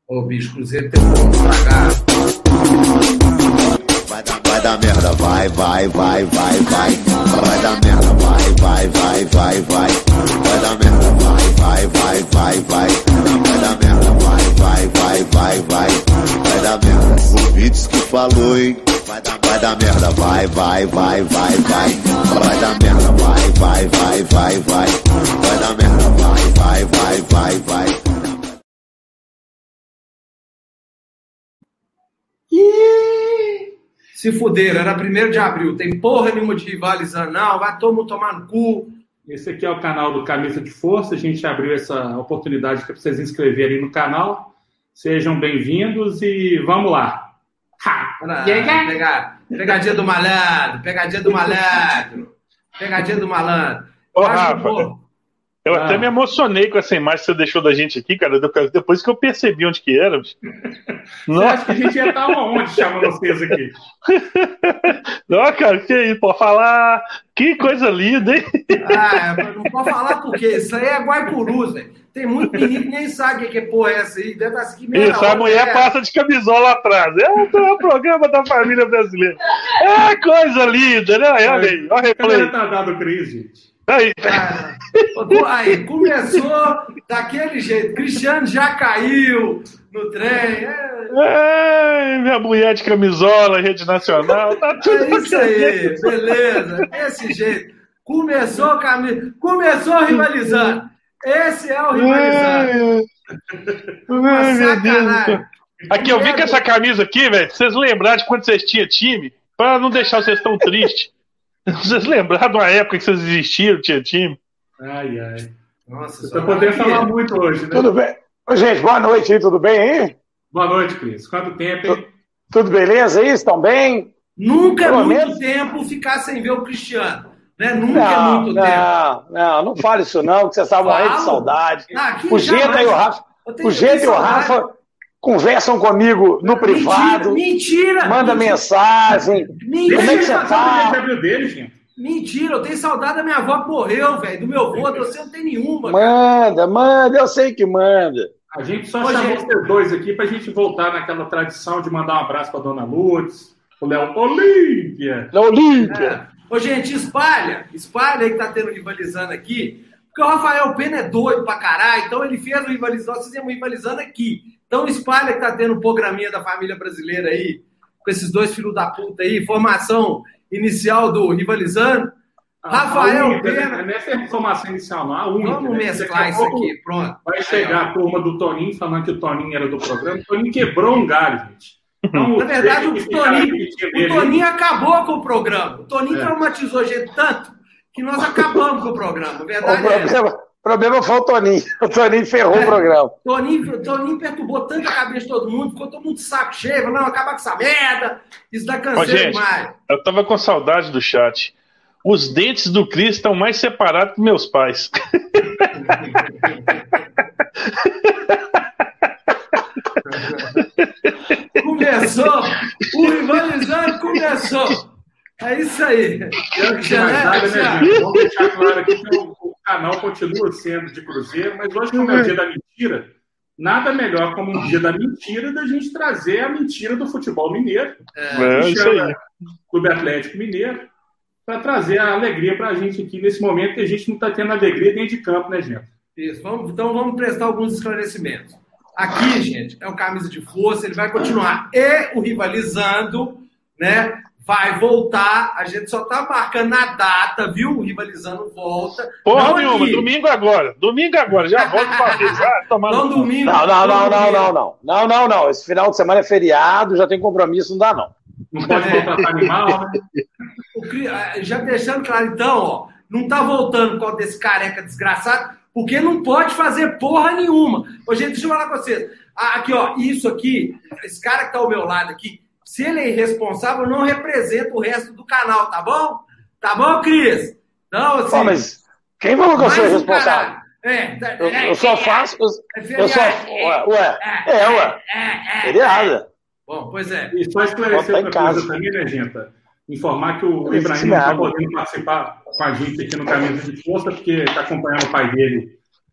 Ô, bicho, Cruzeiro tem como estragar. Vai dar merda, vai. Vai dar merda, vai. Vai dar merda, vai. Vai dar merda, vai. Vai dar merda. O Vitz que falou, hein? Vai dar merda, vai. Vai dar merda, vai. Vai dar merda, vai. Se fuderam, era 1º de abril, tem porra nenhuma de rivalizando, não, vai todo mundo tomar no cu. Esse aqui é o canal do Camisa de Força, a gente abriu essa oportunidade para vocês se inscreverem no canal. Sejam bem-vindos e vamos lá. Pegadinha do malandro. Ô, Rafa, eu até me emocionei com essa imagem que você deixou da gente aqui, cara, depois que eu percebi onde que era. Você acha que a gente ia estar onde chamando vocês aqui? Não, cara, que isso, pode falar. Que coisa linda, hein? Não pode falar por quê? Isso aí é Guaicurus, velho. Tem muito menino que nem sabe o que porra é essa aí. Deve estar assim, isso, a mulher passa de camisola atrás. É o programa da família brasileira. É coisa linda, né? Olha aí, olha o replay. Tá dado crise, gente. Aí, começou daquele jeito. Cristiano já caiu no trem. Minha mulher de camisola, rede nacional. Tá tudo isso aí, beleza. Desse jeito. Começou rivalizando. Esse é o rivalizando. Ai, meu Deus. Aqui, eu vi com essa camisa aqui, velho. Pra vocês lembrarem de quando vocês tinham time, pra não deixar vocês tão tristes. Vocês lembraram de uma época que vocês existiram, tinha time? Ai. Nossa, você tá podendo falar muito hoje, né? Tudo bem? Ô, gente, boa noite aí, tudo bem aí? Boa noite, Cris. Quanto tempo, hein? Tudo beleza aí? Estão bem? Nunca é muito tempo ficar sem ver o Cristiano. Né? Nunca é muito tempo. Não fale isso não, que você estava morrendo de saudade. O Genta e o Rafa conversam comigo no privado. Mentira! Manda mensagem. Como é que você tá? Mentira, eu tenho saudade da minha avó que morreu, velho. Do meu avô, você não tem nenhuma. Manda, eu sei que manda. A gente só chamou os dois aqui pra gente voltar naquela tradição de mandar um abraço pra Dona Lourdes, o Léo Olímpia. Ô, gente, espalha aí que tá tendo rivalizando aqui, porque o Rafael Pena é doido pra caralho, então ele fez o rivalizando, nós fizemos rivalizando aqui. Então espalha que tá tendo um programinha da família brasileira aí, com esses dois filhos da puta aí, formação inicial do rivalizando. Rafael Pena. Nessa formação inicial, não, a única. Vamos mesclar isso aqui, pronto. Vai chegar a turma do Toninho falando que o Toninho era do programa. O Toninho quebrou um galho, gente. Então, na verdade, o Toninho acabou com o programa. O Toninho traumatizou a gente tanto que nós acabamos com o programa. A verdade o problema foi o Toninho. O Toninho ferrou o programa. Toninho perturbou tanto a cabeça de todo mundo, ficou todo mundo de saco cheio, falou, não, acabar com essa merda, isso dá canseiro demais. Eu tava com saudade do chat. Os dentes do Cris estão mais separados que meus pais. Começou! O rivalizando começou! É isso aí. Vamos deixar claro aqui que o canal continua sendo de Cruzeiro, mas hoje, como é o dia da mentira, nada melhor como um dia da mentira da gente trazer a mentira do futebol mineiro. Isso aí. Clube Atlético Mineiro, para trazer a alegria para a gente aqui nesse momento que a gente não está tendo alegria dentro de campo, né, gente? Isso. Então vamos prestar alguns esclarecimentos. Aqui, gente, é um camisa de força, ele vai continuar. E o rivalizando, né? Vai voltar, a gente só tá marcando a data, viu? O rivalizando volta. Porra nenhuma, domingo agora, já volto pra avisar, tomar no domingo. Não. Esse final de semana é feriado, já tem compromisso, não dá não. Não pode maltratar animal, né? Já deixando claro, então, ó, não tá voltando por causa desse careca desgraçado, porque não pode fazer porra nenhuma. Ô, gente, deixa eu falar com vocês. Aqui, ó, isso aqui, esse cara que tá ao meu lado aqui, se ele é irresponsável, não representa o resto do canal, tá bom? Tá bom, Cris? Não, assim... Pô, mas quem falou que eu sou irresponsável? Eu só faço... Feriado. Bom, pois é. E só esclarecer outra coisa também, né, gente? Informar que o Ibrahim não está podendo participar com a gente aqui no Camisa de Força, porque está acompanhando o pai dele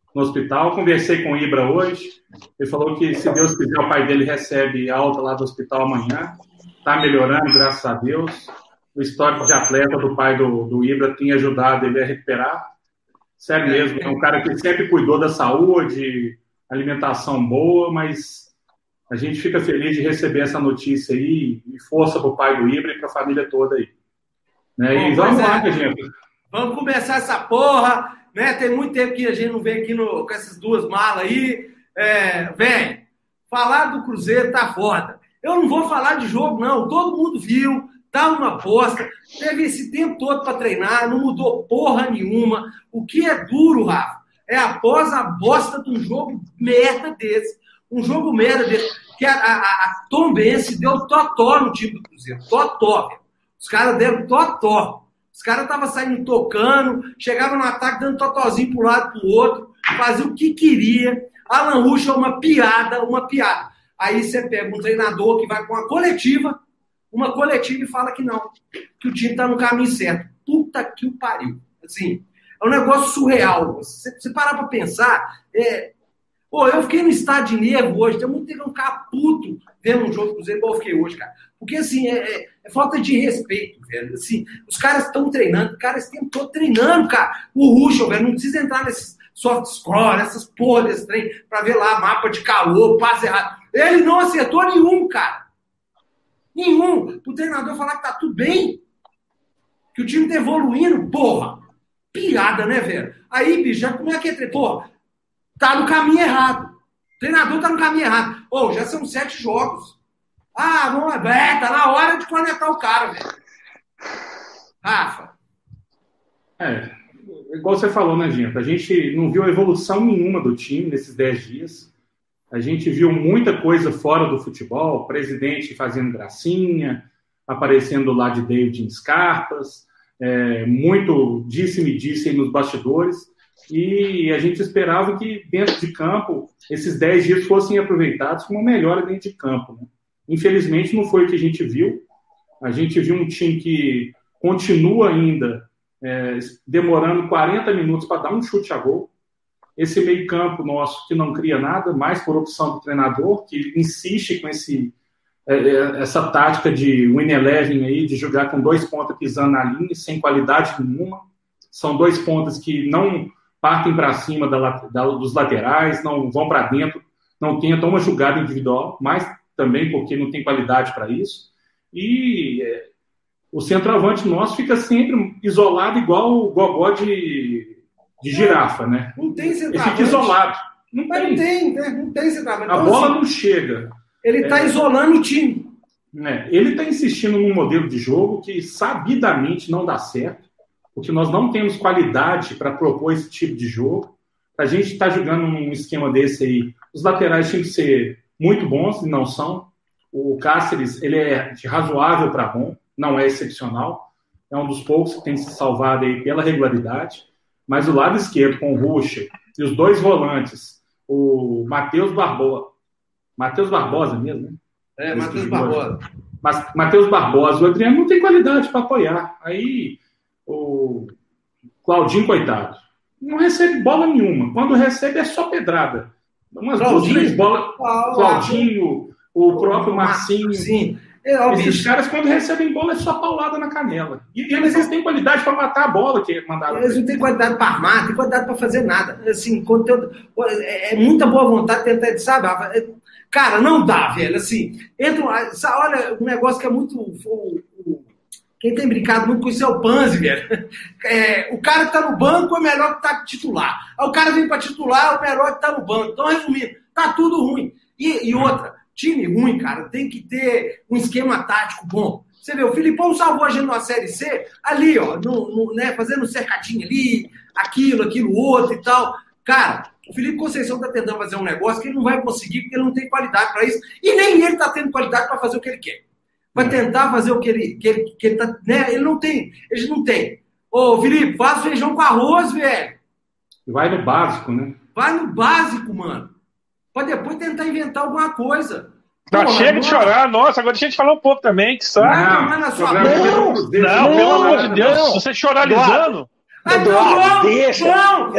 no hospital. Conversei com o Ibra hoje. Ele falou que, se Deus quiser, o pai dele recebe alta lá do hospital amanhã. Está melhorando, graças a Deus. O histórico de atleta do pai do Ibra tem ajudado ele a recuperar. Sério mesmo, é um cara que sempre cuidou da saúde, alimentação boa, mas a gente fica feliz de receber essa notícia aí, e força para o pai do Ibra e para a família toda aí. Né? E vamos lá, gente. Vamos começar essa porra, né? Tem muito tempo que a gente não vem aqui com essas duas malas aí. Vem, falar do Cruzeiro tá foda. Eu não vou falar de jogo, não. Todo mundo viu, tá uma bosta. Teve esse tempo todo para treinar, não mudou porra nenhuma. O que é duro, Rafa, é após a bosta de um jogo merda desse. Um jogo merda desse. Que a Tombense deu totó no time do Cruzeiro. Totó, velho. Os caras deram totó. Os caras estavam saindo tocando, chegavam no ataque dando totozinho para um lado e para o outro, fazia o que queria. Alan Ruschel é uma piada. Aí você pega um treinador que vai com uma coletiva e fala que não, que o time está no caminho certo. Puta que o pariu. Assim, é um negócio surreal. Você parar para pensar, eu fiquei no estado de nervo hoje, tem muito tempo que eu ficar puto vendo um jogo do Cruzeiro igual eu fiquei hoje, cara. Porque, assim, é falta de respeito, velho. Assim, os caras estão treinando, esse tempo todo treinando, cara. O Ruschel, velho, não precisa entrar nesses soft score, essas porra desse trem, pra ver lá mapa de calor, passe errado. Ele não acertou nenhum, cara. Nenhum. O treinador falar que tá tudo bem, que o time tá evoluindo, porra. Piada, né, velho? Aí, bicho, já como é que é? Porra, tá no caminho errado. O treinador tá no caminho errado. Já são 7 jogos. Vamos lá. Tá na hora de conectar o cara, velho. Rafa. Igual você falou, né, gente? A gente não viu evolução nenhuma do time nesses 10 dias. A gente viu muita coisa fora do futebol. Presidente fazendo gracinha, aparecendo lá de David em Scarpas. Muito disse-me-disse aí nos bastidores. E a gente esperava que dentro de campo esses 10 dias fossem aproveitados com uma melhora dentro de campo, né? Infelizmente não foi o que a gente viu. A gente viu um time que continua ainda demorando 40 minutos para dar um chute a gol. Esse meio campo nosso que não cria nada, mais por opção do treinador, que insiste com essa tática de win eleven aí, de jogar com 2 pontas pisando na linha, sem qualidade nenhuma. São 2 pontas que não partem para cima dos laterais, não vão para dentro, não tentam uma jogada individual, mas também porque não tem qualidade para isso. E o centroavante nosso fica sempre isolado igual o gogó de girafa, né? Não tem centroavante. Ele fica isolado. Não tem centroavante. A bola não chega. Ele está isolando o time. Ele está insistindo num modelo de jogo que sabidamente não dá certo, porque nós não temos qualidade para propor esse tipo de jogo. A gente está jogando num esquema desse aí. Os laterais tinham que ser muito bons, e não são. O Cáceres, ele é de razoável para bom, não é excepcional. É um dos poucos que tem se salvado aí pela regularidade. Mas o lado esquerdo, com o Ruschel, e os 2 volantes, o Matheus Barbosa. Matheus Barbosa mesmo, né? Matheus Barbosa. Mas Matheus Barbosa, o Adriano não tem qualidade para apoiar. Aí, o Claudinho, coitado, não recebe bola nenhuma. Quando recebe, é só pedrada. Umas 2, 3 bolas. Claudinho, o próprio Marcinho. Sim. Esses caras, quando recebem bola, é só paulada na canela. E eles têm qualidade para matar a bola que mandaram. Eles não têm qualidade para armar, não têm qualidade para fazer nada. Assim, conteúdo, é muita boa vontade de tentar, sabe? Cara, não dá, velho. Assim, olha, um negócio que é muito. Quem tem brincado muito com isso é o Panzi, velho. O cara que tá no banco é melhor que tá titular. Aí o cara vem para titular, é o melhor que tá no banco. Então, resumindo, tá tudo ruim. E outra, time ruim, cara, tem que ter um esquema tático bom. Você vê, o Filipão salvou a gente numa Série C, ali, ó, né, fazendo um cercadinho ali, aquilo, outro e tal. Cara, o Felipe Conceição tá tentando fazer um negócio que ele não vai conseguir, porque ele não tem qualidade para isso. E nem ele tá tendo qualidade para fazer o que ele quer. Vai tentar fazer o que ele tá... Né? Ele não tem. Ô, Felipe, faz feijão com arroz, velho. Vai no básico, né? Vai no básico, mano. Pra depois tentar inventar alguma coisa. Chega de chorar. Nossa, agora deixa eu te falar um pouco também, que sabe? Não, pelo amor de Deus. Se você choralizando... Eduardo, deixa.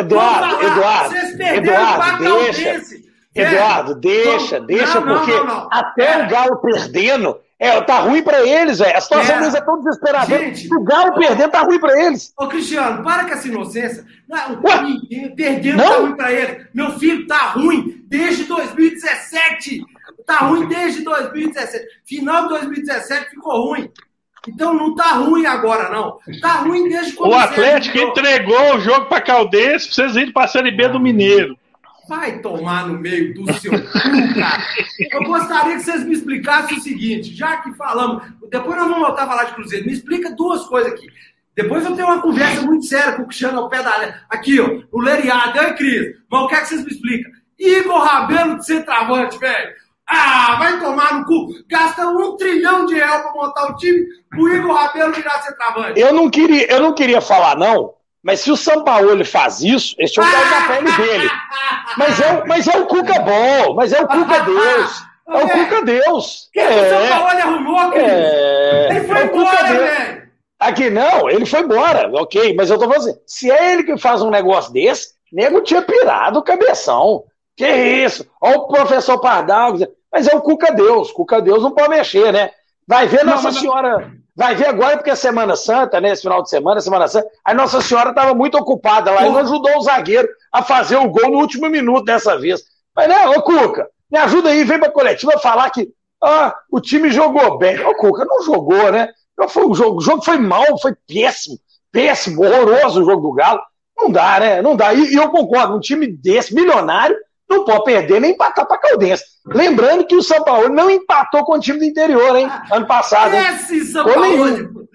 Eduardo, deixa, porque até o Galo perdendo, tá ruim pra eles, velho. A situação deles é tão desesperadora. O Galo perdendo tá ruim pra eles. Ô, Cristiano, para com essa inocência. Perdendo tá ruim pra eles. Meu filho tá ruim desde 2017. Tá ruim desde 2017. Final de 2017 ficou ruim. Então não tá ruim agora, não. Tá ruim desde quando... O Atlético entregou o jogo pra Caldense pra vocês irem pra Série B do Mineiro. Vai tomar no meio do seu cu, cara. Eu gostaria que vocês me explicassem o seguinte, já que falamos... Depois nós vamos voltar a falar de Cruzeiro. Me explica duas coisas aqui. Depois eu tenho uma conversa muito séria com o Cristiano ao pé da... Aqui, ó, o Leriado. Aí, Cris, mas eu quero que vocês me expliquem. Igor Rabelo de centroavante, velho. Vai tomar no cu. Gasta R$1 trilhão pra montar o time, o Igor Rabelo virar centroavante. Eu não queria falar, não, mas se o Sampaoli faz isso, eles tinham que dar a pele dele. Mas é o Cuca bom, mas é o Cuca Deus. É o Cuca Deus. O Sampaoli arrumou, Cris. Ele foi embora, velho. Aqui não, ele foi embora, ok, mas eu tô falando assim, se é ele que faz um negócio desse, nego tinha pirado o cabeção. Que isso? Olha o professor Pardal, mas é o Cuca Deus não pode mexer, né? Vai ver Nossa Senhora, vai ver agora porque é Semana Santa, né? Esse final de semana, Semana Santa, a Nossa Senhora estava muito ocupada lá e não ajudou o zagueiro a fazer o gol no último minuto dessa vez. Mas não, ô Cuca, me ajuda aí, vem pra coletiva falar que o time jogou bem. Ô Cuca, não jogou, né? O jogo foi mal, foi péssimo, horroroso o jogo do Galo. Não dá, né? Não dá. E eu concordo, um time desse, milionário, não pode perder nem empatar pra Caldense. Lembrando que o São Paulo não empatou com o time do interior, hein? Ano passado. Esquece São Paulo.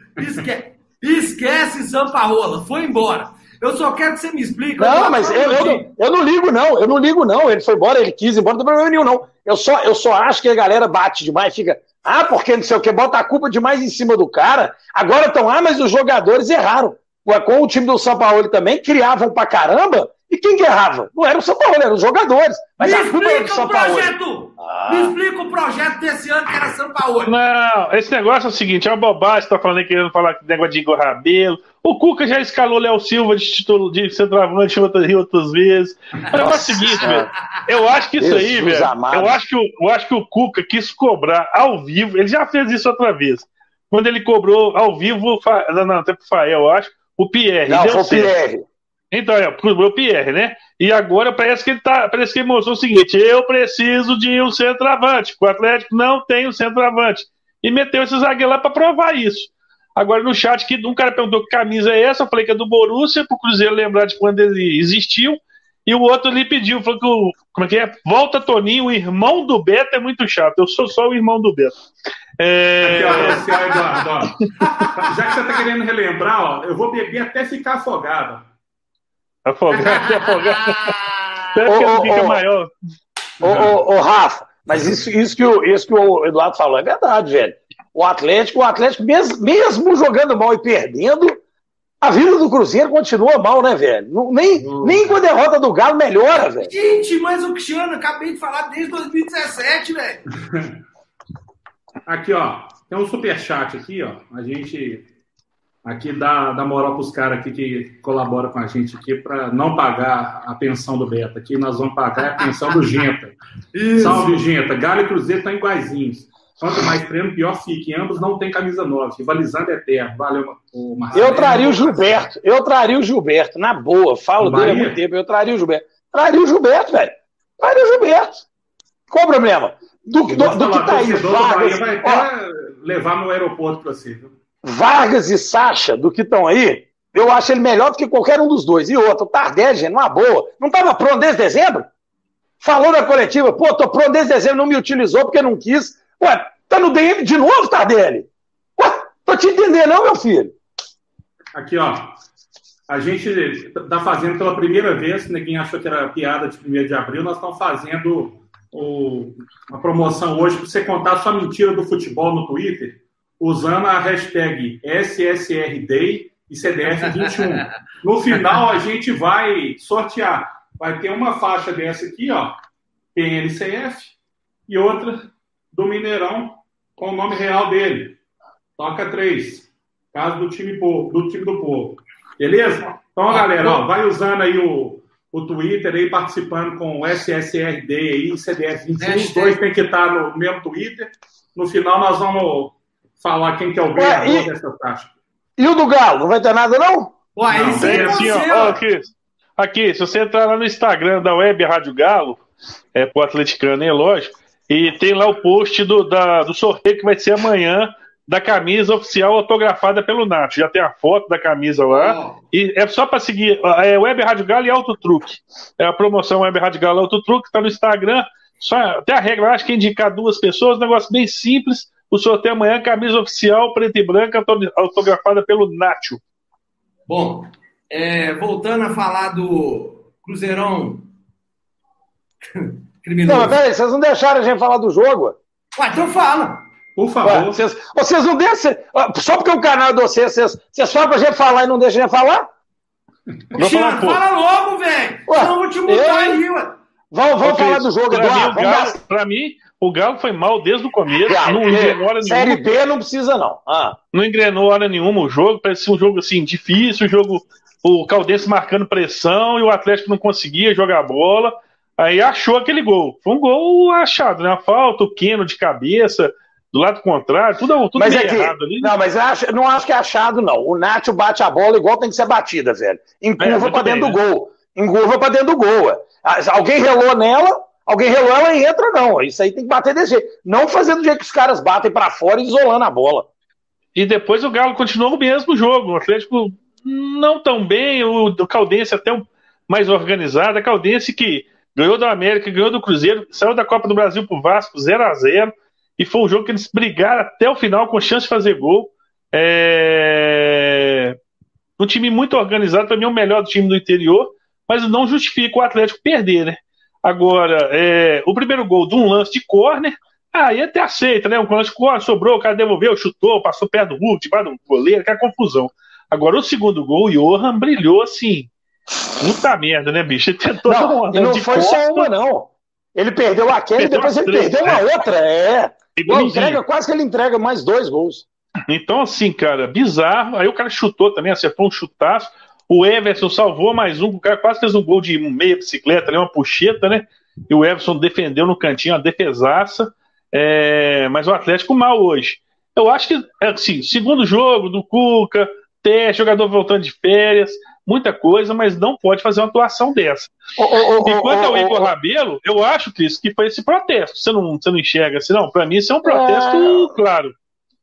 Esquece São Paulo. Foi embora. Eu só quero que você me explique. Não, mas eu não ligo, não. Eu não ligo, não. Ele foi embora, ele quis ir embora, não tem problema nenhum, não. Eu só acho que a galera bate demais, fica... porque não sei o que, bota a culpa demais em cima do cara. Agora estão, mas os jogadores erraram. Com o time do São Paulo também, criavam pra caramba. E quem que errava? Não era o São Paulo, eram os jogadores. Mas a culpa era do São Paulo. Me explica o projeto desse ano que era São Paulo. Não, esse negócio é o seguinte, é uma bobagem, você tá falando aí, querendo falar que negócio de Igor Rabelo. O Cuca já escalou Léo Silva de título de centroavante outras vezes. O negócio é o seguinte, velho. Eu acho que isso aí, velho. Eu acho que o Cuca quis cobrar ao vivo. Ele já fez isso outra vez. Quando ele cobrou ao vivo, até pro Fael, eu acho, o Pierre. Não, foi o Pierre. Então, cobrou o Pierre, né? E agora parece que ele mostrou o seguinte: eu preciso de um centroavante. O Atlético não tem um centroavante. E meteu esse zagueiro lá para provar isso. Agora no chat, que um cara perguntou que camisa é essa, eu falei que é do Borussia, pro Cruzeiro lembrar de quando ele existiu. E o outro ali pediu, falou que como é que é? Volta Toninho, o irmão do Beto é muito chato. Eu sou só o irmão do Beto. Aqui, ó, Eduardo, ó. Já que você tá querendo relembrar, ó, eu vou beber até ficar afogado. Até fica maior. Ô, Rafa, mas isso que o Eduardo falou é verdade, velho. O Atlético mesmo jogando mal e perdendo, a vida do Cruzeiro continua mal, né, velho? Nem com a derrota do Galo melhora, velho. Gente, mas o Cristiano, acabei de falar desde 2017, velho. Aqui, ó, tem um superchat aqui, ó. A gente aqui dá moral pros caras aqui que colaboram com a gente aqui para não pagar a pensão do Beto. Aqui nós vamos pagar a pensão do Genta. Salve, Genta. Galo e Cruzeiro estão iguaizinhos. Quanto mais prêmio, pior fique. Ambos não têm camisa 9. Rivalizando é eterno. Valeu, Marcelo. Eu traria o Gilberto. Na boa. Falo dele há muito tempo. Eu traria o Gilberto. Traria o Gilberto, velho. Traria o Gilberto. Qual o problema? Do que tá aí, Vargas... vai até levar no aeroporto para você, viu? Vargas e Sacha, do que estão aí, eu acho ele melhor do que qualquer um dos dois. E outro, o Tardelli, gente, numa boa. Não estava pronto desde dezembro? Falou na coletiva, tô pronto desde dezembro, não me utilizou porque não quis. Ué, tá no DM de novo, Tardelli? Ué, tô te entendendo não, meu filho? Aqui, ó. A gente tá fazendo pela primeira vez, ninguém achou que era piada de 1º de abril, nós estamos fazendo uma promoção hoje para você contar sua mentira do futebol no Twitter, usando a hashtag SSRDay e CDF21. No final, a gente vai sortear. Vai ter uma faixa dessa aqui, ó, PNCF, e outra do Mineirão, com o nome real dele. Toca 3. Caso do time do povo. Beleza? Então, galera, ó, vai usando aí o Twitter aí, participando com o SSRD aí, CDF21. Os dois tem que estar no mesmo Twitter. No final, nós vamos falar quem que é o ganhador dessa taxa. E o do Galo? Não vai ter nada, não? Ué, não, tem assim, ó, aqui, se você entrar lá no Instagram da Web Rádio Galo, pro atleticano, lógico, e tem lá o post do sorteio que vai ser amanhã, da camisa oficial autografada pelo Nacho. Já tem a foto da camisa lá. E é só para seguir. Web Rádio Galo e Autotruque. É a promoção Web Rádio Galo e Autotruque, está no Instagram. Até a regra, acho que é indicar 2 pessoas, um negócio bem simples. O sorteio amanhã, camisa oficial, preta e branca, autografada pelo Nacho. Bom, voltando a falar do Cruzeirão criminoso. Não, peraí, vocês não deixaram a gente falar do jogo? Ué, então fala. Por favor. Vocês não deixam. Só porque o canal é de vocês falam pra gente falar e não deixam a gente falar? Cristiano, fala logo, velho. Senão eu vou te mudar aí, ué. Vamos falar do jogo, Eduardo. Pra mim, o Galo foi mal desde o começo. Não engrenou hora nenhuma. Série B não precisa, não. Não engrenou hora nenhuma o jogo. Parecia um jogo assim, difícil. O Caldense marcando pressão e o Atlético não conseguia jogar bola. Aí achou aquele gol. Foi um gol achado, né? A falta, o Keno de cabeça. Do lado contrário, tudo meio errado ali. Não, mas não acho que é achado, não. O Nacho bate a bola igual tem que ser batida, velho. Encurva pra dentro do gol. Encurva pra dentro do gol. Alguém relou nela, ela e entra, não. Isso aí tem que bater desse jeito. Não fazendo do jeito que os caras batem pra fora e isolando a bola. E depois o Galo continuou o mesmo jogo. O Atlético não tão bem, o Caldense até mais organizado. A Caldense que ganhou do América, ganhou do Cruzeiro, saiu da Copa do Brasil pro Vasco 0-0. E foi um jogo que eles brigaram até o final com chance de fazer gol. Um time muito organizado, para mim é o melhor do time do interior, mas não justifica o Atlético perder, né? Agora, o primeiro gol de um lance de córner, aí até aceita, né? Um lance de córner, sobrou, o cara devolveu, chutou, passou perto do Hulk, debaixo do goleiro, que é confusão. Agora, o segundo gol, o Johan brilhou assim. Puta merda, né, bicho? Ele tentou e não foi só uma, não. Ele perdeu aquele e depois ele perdeu uma outra, quase que ele entrega mais 2 gols. Então, assim, cara, bizarro. Aí o cara chutou também, acertou um chutaço. O Everson salvou mais um. O cara quase fez um gol de meia bicicleta, uma puxeta, né? E o Everson defendeu no cantinho, uma defesaça. Mas o Atlético mal hoje. Eu acho que, assim, segundo jogo do Cuca, jogador voltando de férias, muita coisa, mas não pode fazer uma atuação dessa. E quanto ao Igor Rabelo, eu acho, Cris, que foi esse protesto. Você não enxerga assim, não? Para mim, isso é um protesto claro.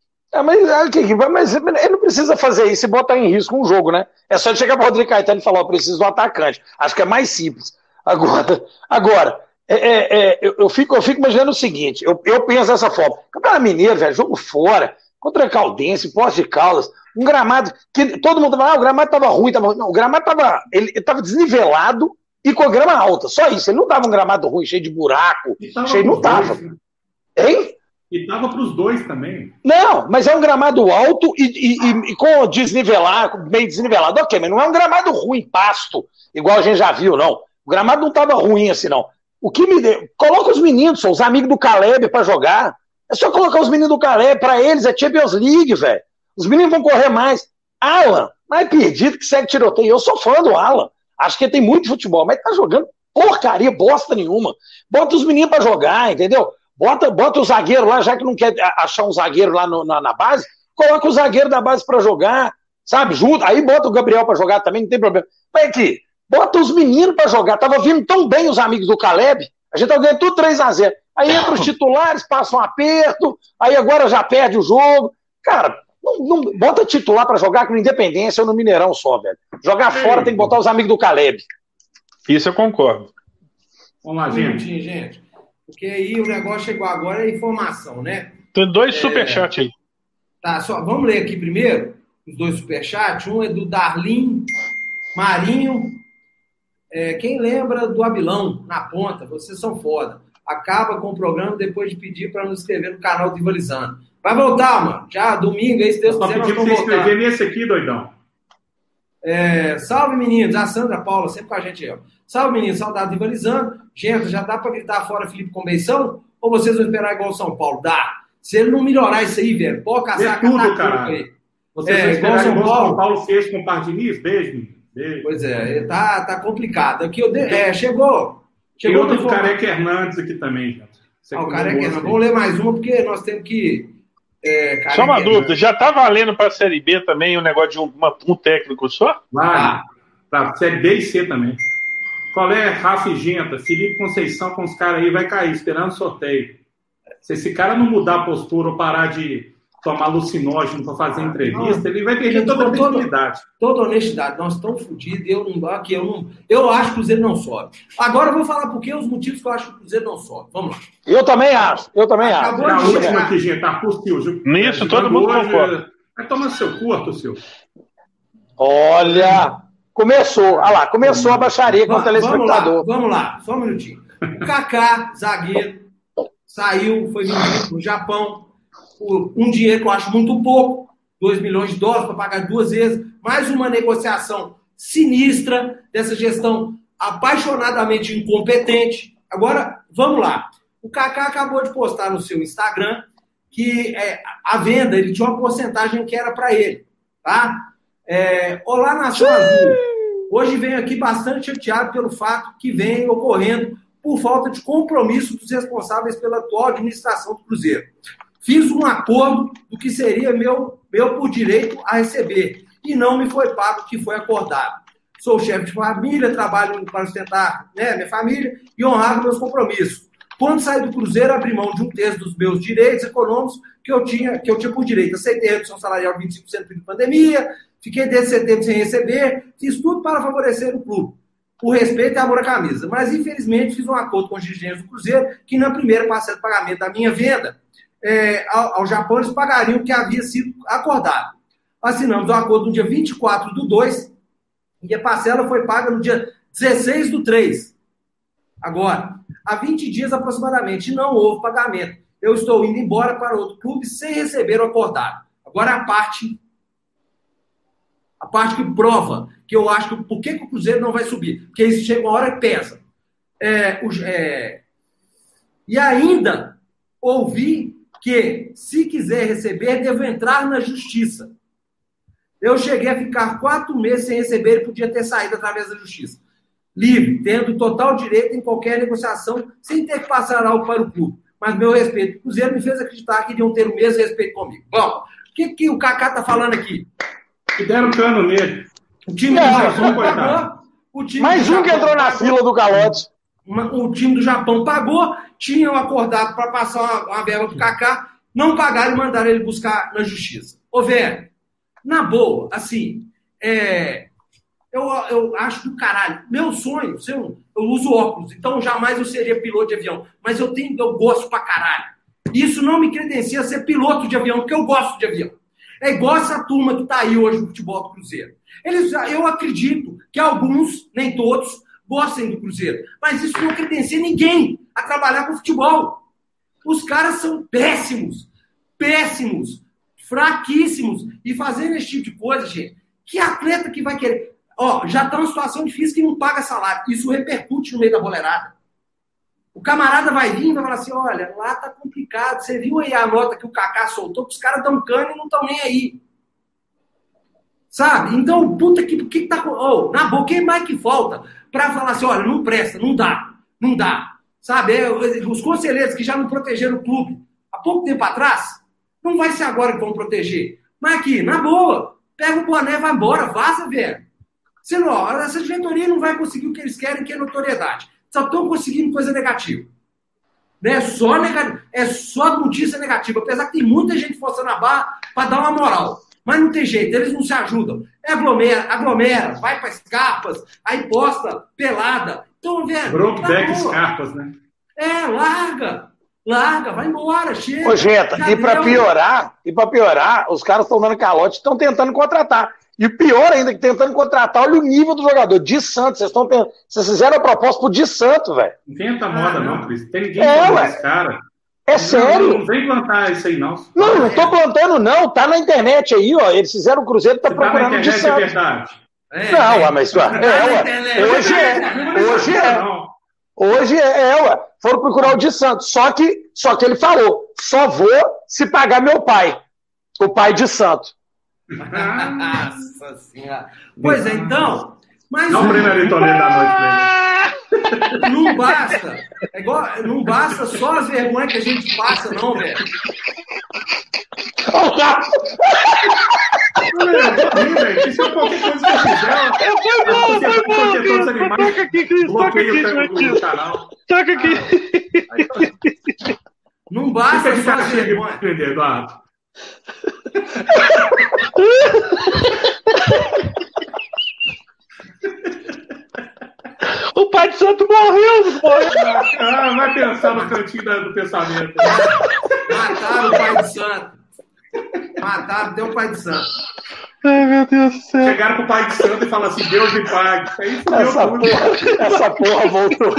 Mas ele não precisa fazer isso e botar em risco um jogo, né? É só ele chegar para o Rodrigo Caetano e falar: eu preciso do atacante. Acho que é mais simples. Agora eu fico imaginando o seguinte: eu penso dessa forma. Campeonato Mineiro, velho, jogo fora, contra Caldense, Poços de Caldas, um gramado que todo mundo fala: o gramado estava ruim. Não, o gramado estava desnivelado e com a grama alta. Só isso. Ele não estava um gramado ruim, cheio de buraco. Não estava. Hein? E dava para os dois também. Não, mas é um gramado alto e com meio desnivelado. Ok, mas não é um gramado ruim, pasto, igual a gente já viu, não. O gramado não estava ruim assim, não. O que me deu... Coloca os meninos, os amigos do Caleb para jogar. É só colocar os meninos do Caleb, para eles é Champions League, velho. Os meninos vão correr mais. Alan, mais perdido que segue tiroteio. Eu sou fã do Alan. Acho que ele tem muito futebol, mas tá jogando porcaria, bosta nenhuma. Bota os meninos para jogar, entendeu? Bota o zagueiro lá, já que não quer achar um zagueiro lá na base, coloca o zagueiro da base pra jogar, sabe? Junto, aí bota o Gabriel pra jogar também, não tem problema. Mas aqui, bota os meninos pra jogar. Tava vindo tão bem os amigos do Caleb, a gente tava ganhando tudo 3-0. Aí entra os titulares, passam um aperto, aí agora já perde o jogo. Cara, não bota titular pra jogar com Independência ou no Mineirão só, velho. Jogar fora tem que botar os amigos do Caleb. Isso eu concordo. Vamos lá, gente. Porque aí o negócio chegou agora, é informação, né? Tem 2 superchats aí. Tá, vamos ler aqui primeiro os 2 superchats. Um é do Darlin Marinho. Quem lembra do Abilão, na ponta? Vocês são foda. Acaba com o programa depois de pedir para nos inscrever no canal do Rivalizando. Vai voltar, mano. Já domingo, aí, se Deus quiser, nós vamos voltar. Só inscrever nesse aqui, doidão. Salve, meninos. A Sandra Paula, sempre com a gente aí, ó. Salve, meninos. Saudade Rivalizando. Gente, já dá pra gritar fora Felipe Conceição? Ou vocês vão esperar igual o São Paulo? Dá. Se ele não melhorar isso aí, velho, pode caçar tudo, cara. Vocês vão esperar igual o São Paulo fez com o Pardiniz? Beijo, menino. Beijo. Pois é, tá complicado. Aqui chegou. Tem outro Careca Hernandes aqui também, gente. O Careca Hernandes. Vamos ler mais uma, porque nós temos que... Só uma dúvida, já tá valendo para a Série B também o negócio de um técnico só? Vale. Para Série B e C também. Qual é, Rafa e Genta? Felipe Conceição com os caras aí vai cair, esperando sorteio. Se esse cara não mudar a postura ou parar de tomar alucinógeno para fazer entrevista, ele vai perder toda a credibilidade. Toda honestidade, nós estamos fodidos. Eu acho que o Cruzeiro não sobe. Agora eu vou falar por que os motivos que eu acho que o Cruzeiro não sobe. Vamos lá. Eu também acho. A última aqui, gente, tá por Silvio. Nisso, todo mundo concorda. Vai tomar seu curto, Silvio. Olha, começou a baixaria com o telespectador. Vamos lá, só um minutinho. O Kaká, zagueiro, saiu, foi vendido no Japão, por um dinheiro que eu acho muito pouco, $2 milhões para pagar 2 vezes, mais uma negociação sinistra dessa gestão apaixonadamente incompetente. Agora, vamos lá. O Kaká acabou de postar no seu Instagram que a venda, ele tinha uma porcentagem que era para ele, tá? Olá, Nação Azul. Hoje venho aqui bastante chateado pelo fato que vem ocorrendo por falta de compromisso dos responsáveis pela atual administração do Cruzeiro. Fiz um acordo do que seria meu por direito a receber e não me foi pago o que foi acordado. Sou chefe de família, trabalho para sustentar minha família e honrar meus compromissos. Quando saí do Cruzeiro, abri mão de 1/3 dos meus direitos econômicos que eu tinha por direito. Aceitei a redução salarial de 25% de pandemia, fiquei desde setembro sem receber, fiz tudo para favorecer o clube. O respeito e amor à camisa. Mas, infelizmente, fiz um acordo com os dirigentes do Cruzeiro que, na primeira parcela de pagamento da minha venda, ao Japão, eles pagariam o que havia sido acordado. Assinamos o acordo no dia 24/2 e a parcela foi paga no dia 16/3. Agora, há 20 dias aproximadamente, não houve pagamento. Eu estou indo embora para outro clube sem receber o acordado. Agora, a parte que prova que eu acho que por que o Cruzeiro não vai subir. Porque isso chega uma hora e pesa. E ainda ouvi que, se quiser receber, devo entrar na justiça. Eu cheguei a ficar 4 meses sem receber e podia ter saído através da justiça. Livre, tendo total direito em qualquer negociação, sem ter que passar algo para o clube. Mas meu respeito, o Cruzeiro me fez acreditar que iriam ter o mesmo respeito comigo. Bom, o que o Kaká está falando aqui? Que deram cano nele. O time do Japão pagou. Mais um que entrou na fila do calote. O time do Japão pagou, tinham acordado para passar uma verba pro Kaká, não pagaram e mandaram ele buscar na justiça. Ô, velho, na boa, assim, eu acho do caralho. Meu sonho, eu uso óculos, então jamais eu seria piloto de avião, mas eu gosto pra caralho. Isso não me credencia a ser piloto de avião, porque eu gosto de avião. É igual essa turma que tá aí hoje no futebol do Cruzeiro. Eu acredito que alguns, nem todos, gostem do Cruzeiro. Mas isso não credencia ninguém a trabalhar com futebol. Os caras são péssimos, fraquíssimos. E fazendo esse tipo de coisa, gente, que atleta que vai querer... já está numa situação difícil que não paga salário. Isso repercute no meio da boleirada. O camarada vai vir e vai falar assim, olha, lá tá complicado. Você viu aí a nota que o Kaká soltou? Que os caras dão cano e não estão nem aí. Sabe? Então, puta que tá... na boa, quem mais que falta para falar assim, olha, não presta, não dá. Sabe? Os conselheiros que já não protegeram o clube há pouco tempo atrás, não vai ser agora que vão proteger. Mas aqui, na boa, pega o boné, vai embora, vaza, velho. Senão, essa diretoria não vai conseguir o que eles querem, que é notoriedade. Só estão conseguindo coisa negativa. Né? É só notícia negativa. Apesar que tem muita gente forçando a barra para dar uma moral. Mas não tem jeito, eles não se ajudam. Aglomera, vai para Scarpas, aí posta pelada. Então, velho... Brokeback Scarpas, né? Larga, vai embora, chega. Ô, Genta, e para piorar, os caras estão dando calote, estão tentando contratar. E o pior ainda, que tentando contratar, olha o nível do jogador. Di Santo, vocês fizeram a proposta pro Di Santo, velho. Não inventa moda, não, Cris. Tem ninguém falando desse cara. É sério? Não vem plantar isso aí, não. Não tô plantando, não. Tá na internet aí, ó. Eles fizeram o Cruzeiro, tá procurando o Di Santo. É verdade. Mas Hoje ué. Foram procurar o Di Santo. Só que ele falou, só vou se pagar meu pai. O pai de Santo. Nossa Senhora. Pois é, então, Mas não Breno Ari Toledo da noite, Breno. não basta. Não basta só as vergonhas que a gente passa, não, velho. Isso é qualquer coisa que eu fizer. Foi bom. Toca aqui, Cris. Toca aqui, canal. Toca aqui. Não basta só as vergonhas. Eduardo. O Pai de Santo morreu. Vai pensar no cantinho do pensamento. Mataram o Pai de Santo. Mataram até o Pai de Santo. Ai, meu Deus do céu. Chegaram pro Pai de Santo e falaram assim, Deus me pague. Aí essa porra voltou.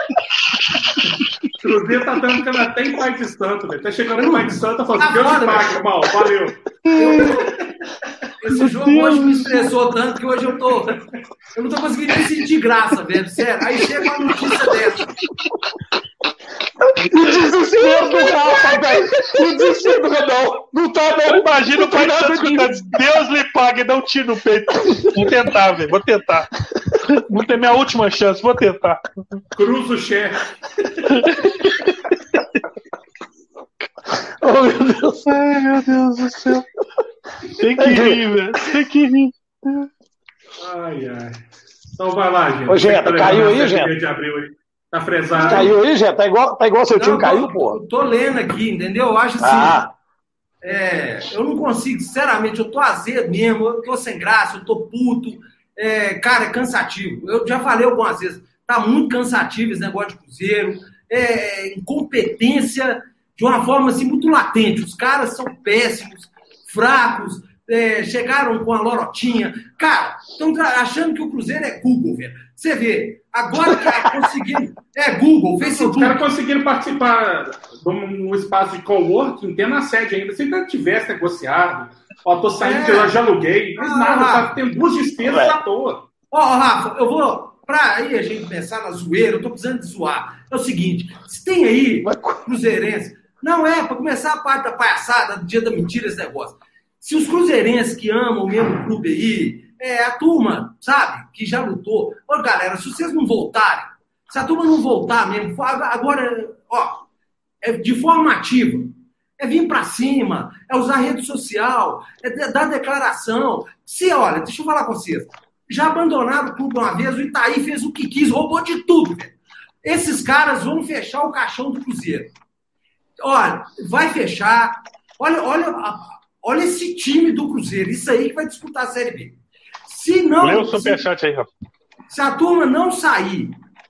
O Cruzeiro tá dando cana até em Pai de Santo, velho. Tá chegando no Pai de Santo e falando assim, Deus me pague, irmão. Valeu. Esse jogo hoje me estressou tanto que hoje eu não tô conseguindo nem sentir graça, velho. Sério. Aí chega uma notícia dessa. O desespero do Rafa, velho. O desespero do Redão. Não tá bom. Imagina o Pai de Santo escutando. Deus lhe pague, dá um tiro no peito. Vou tentar, velho. Vou tentar. Vou ter minha última chance. Vou tentar. Cruza o chefe. Oh, meu Deus. Ai, meu Deus do céu. Tem que rir, velho. Tem que rir. Ai. Então vai lá, gente. Ô, Jeta, caiu aí, Jeta? De abril aí. Tá fresado. Caiu aí, Jeta? Tá igual seu time caiu, porra. Tô lendo aqui, entendeu? Eu acho assim. Eu não consigo, sinceramente, eu tô azedo mesmo, eu tô sem graça, eu tô puto. Cara, é cansativo. Eu já falei algumas vezes, tá muito cansativo esse negócio de Cruzeiro. Incompetência de uma forma assim muito latente. Os caras são péssimos, fracos, chegaram com a lorotinha. Cara, estão achando que o Cruzeiro é Google, velho. Você vê, agora que tá conseguindo. Google, Facebook. Os caras conseguiram participar de um espaço de coworking, tendo a sede ainda. Se ainda tivesse negociado, tô saindo de lá, já aluguei, mas nada, tem duas despesas à toa. Rafa, eu vou. Pra aí a gente pensar na zoeira, eu tô precisando de zoar. É o seguinte, se tem aí cruzeirense, não é pra começar a parte da palhaçada, do dia da mentira, esse negócio. Se os cruzeirenses que amam o mesmo clube aí, a turma, sabe, que já lutou. Ô, galera, se vocês não voltarem, se a turma não voltar mesmo, agora, de forma ativa, vir pra cima, usar rede social, dar declaração. Olha, deixa eu falar com vocês. Já abandonaram o clube uma vez, o Itaí fez o que quis, roubou de tudo, velho. Esses caras vão fechar o caixão do Cruzeiro. Olha, vai fechar. Olha esse time do Cruzeiro. Isso aí que vai disputar a Série B. Lê o superchat aí, Rafa. Se a turma não sair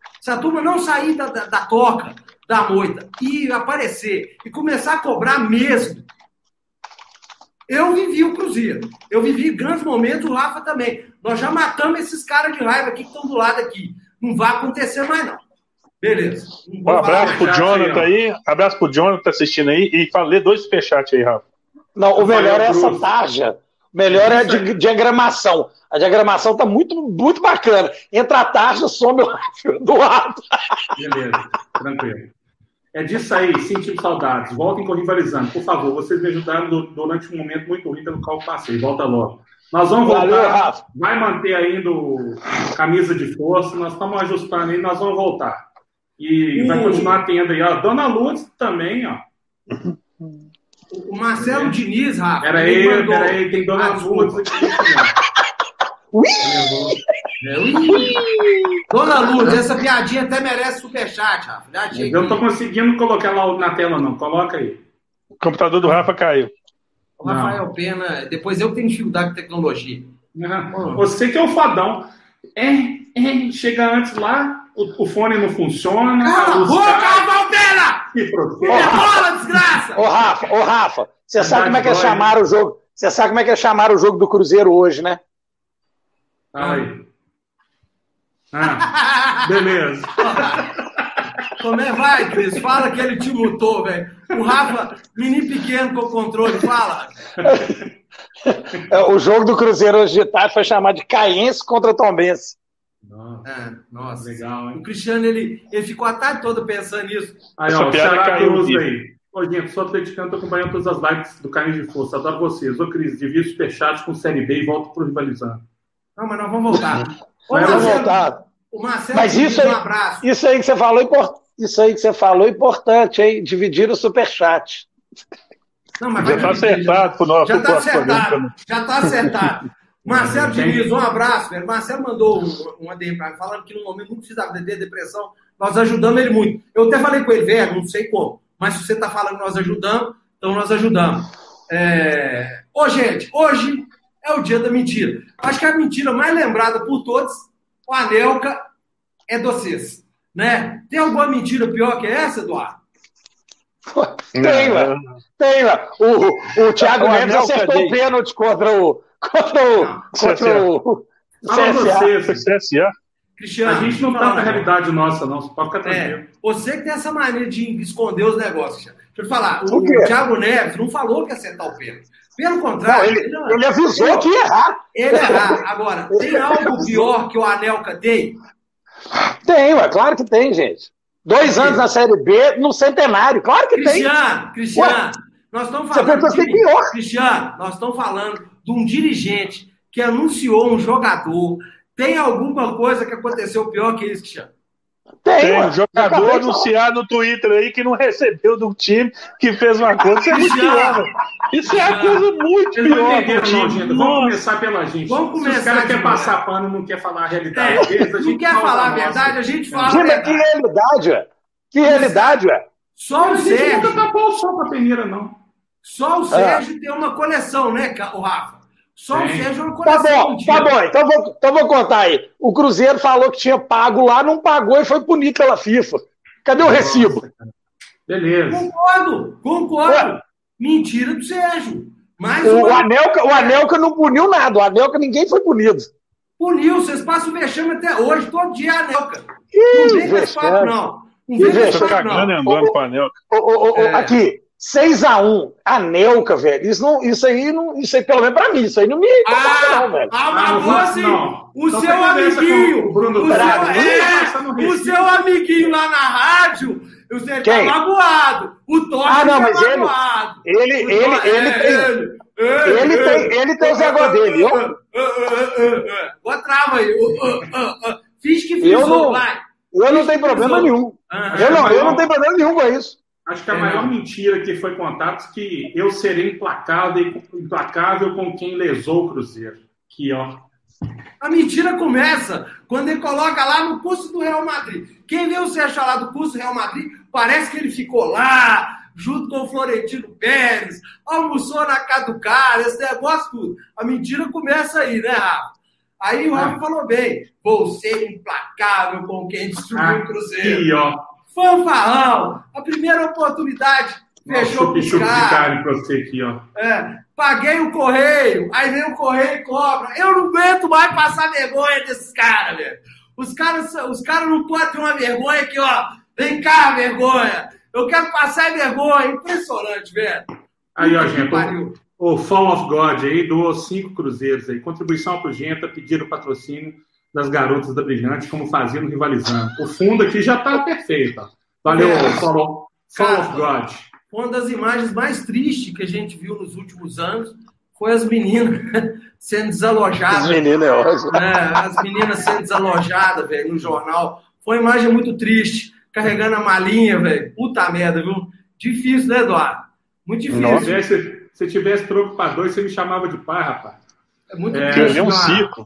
da toca, da moita, e aparecer, e começar a cobrar mesmo, eu vivi o Cruzeiro. Eu vivi grandes momentos, o Rafa também. Nós já matamos esses caras de raiva aqui que estão do lado aqui. Não vai acontecer mais, não. Beleza. Um abraço pro Jonathan aí. Abraço pro Jonathan que tá assistindo aí. E lê 2 superchats aí, Rafa. Não, o melhor é essa tarja. O melhor é a diagramação. A diagramação tá muito, muito bacana. Entra a tarja, some o do lado. Beleza, tranquilo. É disso aí, sentimos saudades. Voltem com Rivalizando. Por favor, vocês me ajudaram durante um momento muito ruim pelo qual eu passei. Volta logo. Nós vamos voltar. Valeu, Rafa. Vai manter ainda camisa de força. Nós estamos ajustando aí, nós vamos voltar. E vai continuar tendo aí, ó. Dona Lourdes também, ó. O Marcelo Diniz, Rafa. Peraí, tem Dona Lourdes aqui. Dona Lourdes, essa piadinha até merece superchat, Rafa. Eu não tô conseguindo colocar lá na tela, não. Coloca aí. O computador do Rafa caiu. O Rafael Pena, depois eu tenho dificuldade com tecnologia. Você que é o fadão. Chega antes lá, o fone não funciona. Cala a boca, Rafael Pena! Bola, desgraça! Ô, Rafa, você sabe como é que é chamar o jogo? Você sabe como é que é chamar o jogo do Cruzeiro hoje, né? Aí. Beleza. Como vai, Cris? Fala que ele te mutou, velho. O Rafa, menino pequeno com o controle, fala. O jogo do Cruzeiro hoje de tarde foi chamado de Caiense contra Tombense. Nossa, legal, hein? O Cristiano, ele ficou a tarde toda pensando nisso. Aí, ó, o Ceará Cruz aí. Ô, gente, sou atleticano, tô acompanhando todas as lives do Carinho de Força. Adoro vocês. Ô, Cris, divide o superchat com Série B e volto pro Rivalizando. Não, mas nós vamos voltar. Ô, Marcelo, o Marcelo, mas isso aí, um abraço. Isso aí que você falou é importante, hein? Dividir o superchat. Não, mas já está acertado pro nosso. Já está acertado. Marcelo Diniz, um abraço, velho. Marcelo mandou um ADM para mim, falando que no momento não precisava de depressão, nós ajudamos ele muito. Eu até falei com ele, velho, não sei como, mas se você está falando que nós ajudamos, então nós ajudamos. Ô, gente, hoje é o dia da mentira. Acho que a mentira mais lembrada por todos, o Anelka, é de vocês, né? Tem alguma mentira pior que essa, Eduardo? Tem, lá. O Thiago Neves acertou o pênalti contra o CSA. Cristiano, a gente não tá na realidade nossa, não. Você pode ficar tranquilo. Você que tem essa mania de esconder os negócios. Deixa eu te falar. O Thiago Neves não falou que ia acertar o pênalti. Pelo contrário. Ele avisou que ia errar. Ele errar. Agora, tem algo pior que o Anelka tem? Tem, claro que tem, gente. 2 anos na Série B, no centenário. Claro que tem. Cristiano, nós estamos falando. Cristiano, nós estamos falando de um dirigente que anunciou um jogador. Tem alguma coisa que aconteceu pior que isso, Cristiano? Tem um jogador anunciado no Twitter aí que não recebeu do time, que fez uma coisa. Isso é muito pior, Isso é uma coisa muito pior. Vamos começar pela gente. Se os caras querem passar pano, não quer falar a realidade deles, a gente não quer falar a verdade, a gente fala a verdade. Que realidade, velho? Só o Sérgio. Não dá tapar o sol pra peneira, não. Só o Sérgio tem uma coleção, né, o Rafa? Só o Sérgio é uma coleção. Tá bom. Então vou contar aí. O Cruzeiro falou que tinha pago lá, não pagou e foi punido pela FIFA. Cadê o recibo? Beleza. Concordo. Mentira do Sérgio. Mas o Anelka não puniu nada. O Anelka ninguém foi punido. Puniu. Vocês passam o vexame até hoje. Todo dia é Anelka. Não vem com esse papo, não. Não vem com esse papo, não. Aqui. 6-1, Anelka, velho. Isso aí pelo menos pra mim, isso aí não me incomoda, não, velho. O seu amiguinho, o seu amiguinho lá na rádio, você tá magoado. O Totti mas magoado. Ele tem os negócios dele. Boa trava aí. Finge que frisou, vai. Eu não tenho problema nenhum. Eu não tenho problema nenhum com isso. Acho que a maior mentira que foi contada é que eu serei implacável com quem lesou o Cruzeiro. Aqui, ó. A mentira começa quando ele coloca lá no curso do Real Madrid. Quem vê o Sérgio falar do curso do Real Madrid, parece que ele ficou lá, junto com o Florentino Pérez, almoçou na casa do cara, esse negócio tudo. A mentira começa aí, né, Rafa? Aí o Rafa falou bem, vou ser implacável com quem destruiu o Cruzeiro. Aqui, ó. Fanfarrão, a primeira oportunidade, fechou com os caras. Pra você aqui, ó. Paguei o correio, aí vem o correio e cobra. Eu não aguento mais passar vergonha desses caras, velho. Os caras não podem ter uma vergonha aqui, ó. Vem cá, vergonha. Eu quero passar vergonha. Impressionante, velho. Aí, ó, gente. O Fall of God aí doou 5 cruzeiros aí. Contribuição apugenta, pediram patrocínio das garotas da Brilhante, como faziam no Rivalizando. O fundo aqui já tá perfeito. Ó. Valeu, Fall of God. Uma das imagens mais tristes que a gente viu nos últimos anos foi as meninas sendo desalojadas. As meninas sendo desalojadas, velho, no jornal. Foi uma imagem muito triste, carregando a malinha, velho. Puta merda, viu? Difícil, né, Eduardo? Muito difícil. Se tivesse troco para 2, você me chamava de pai, rapaz. É muito triste. É um ciclo.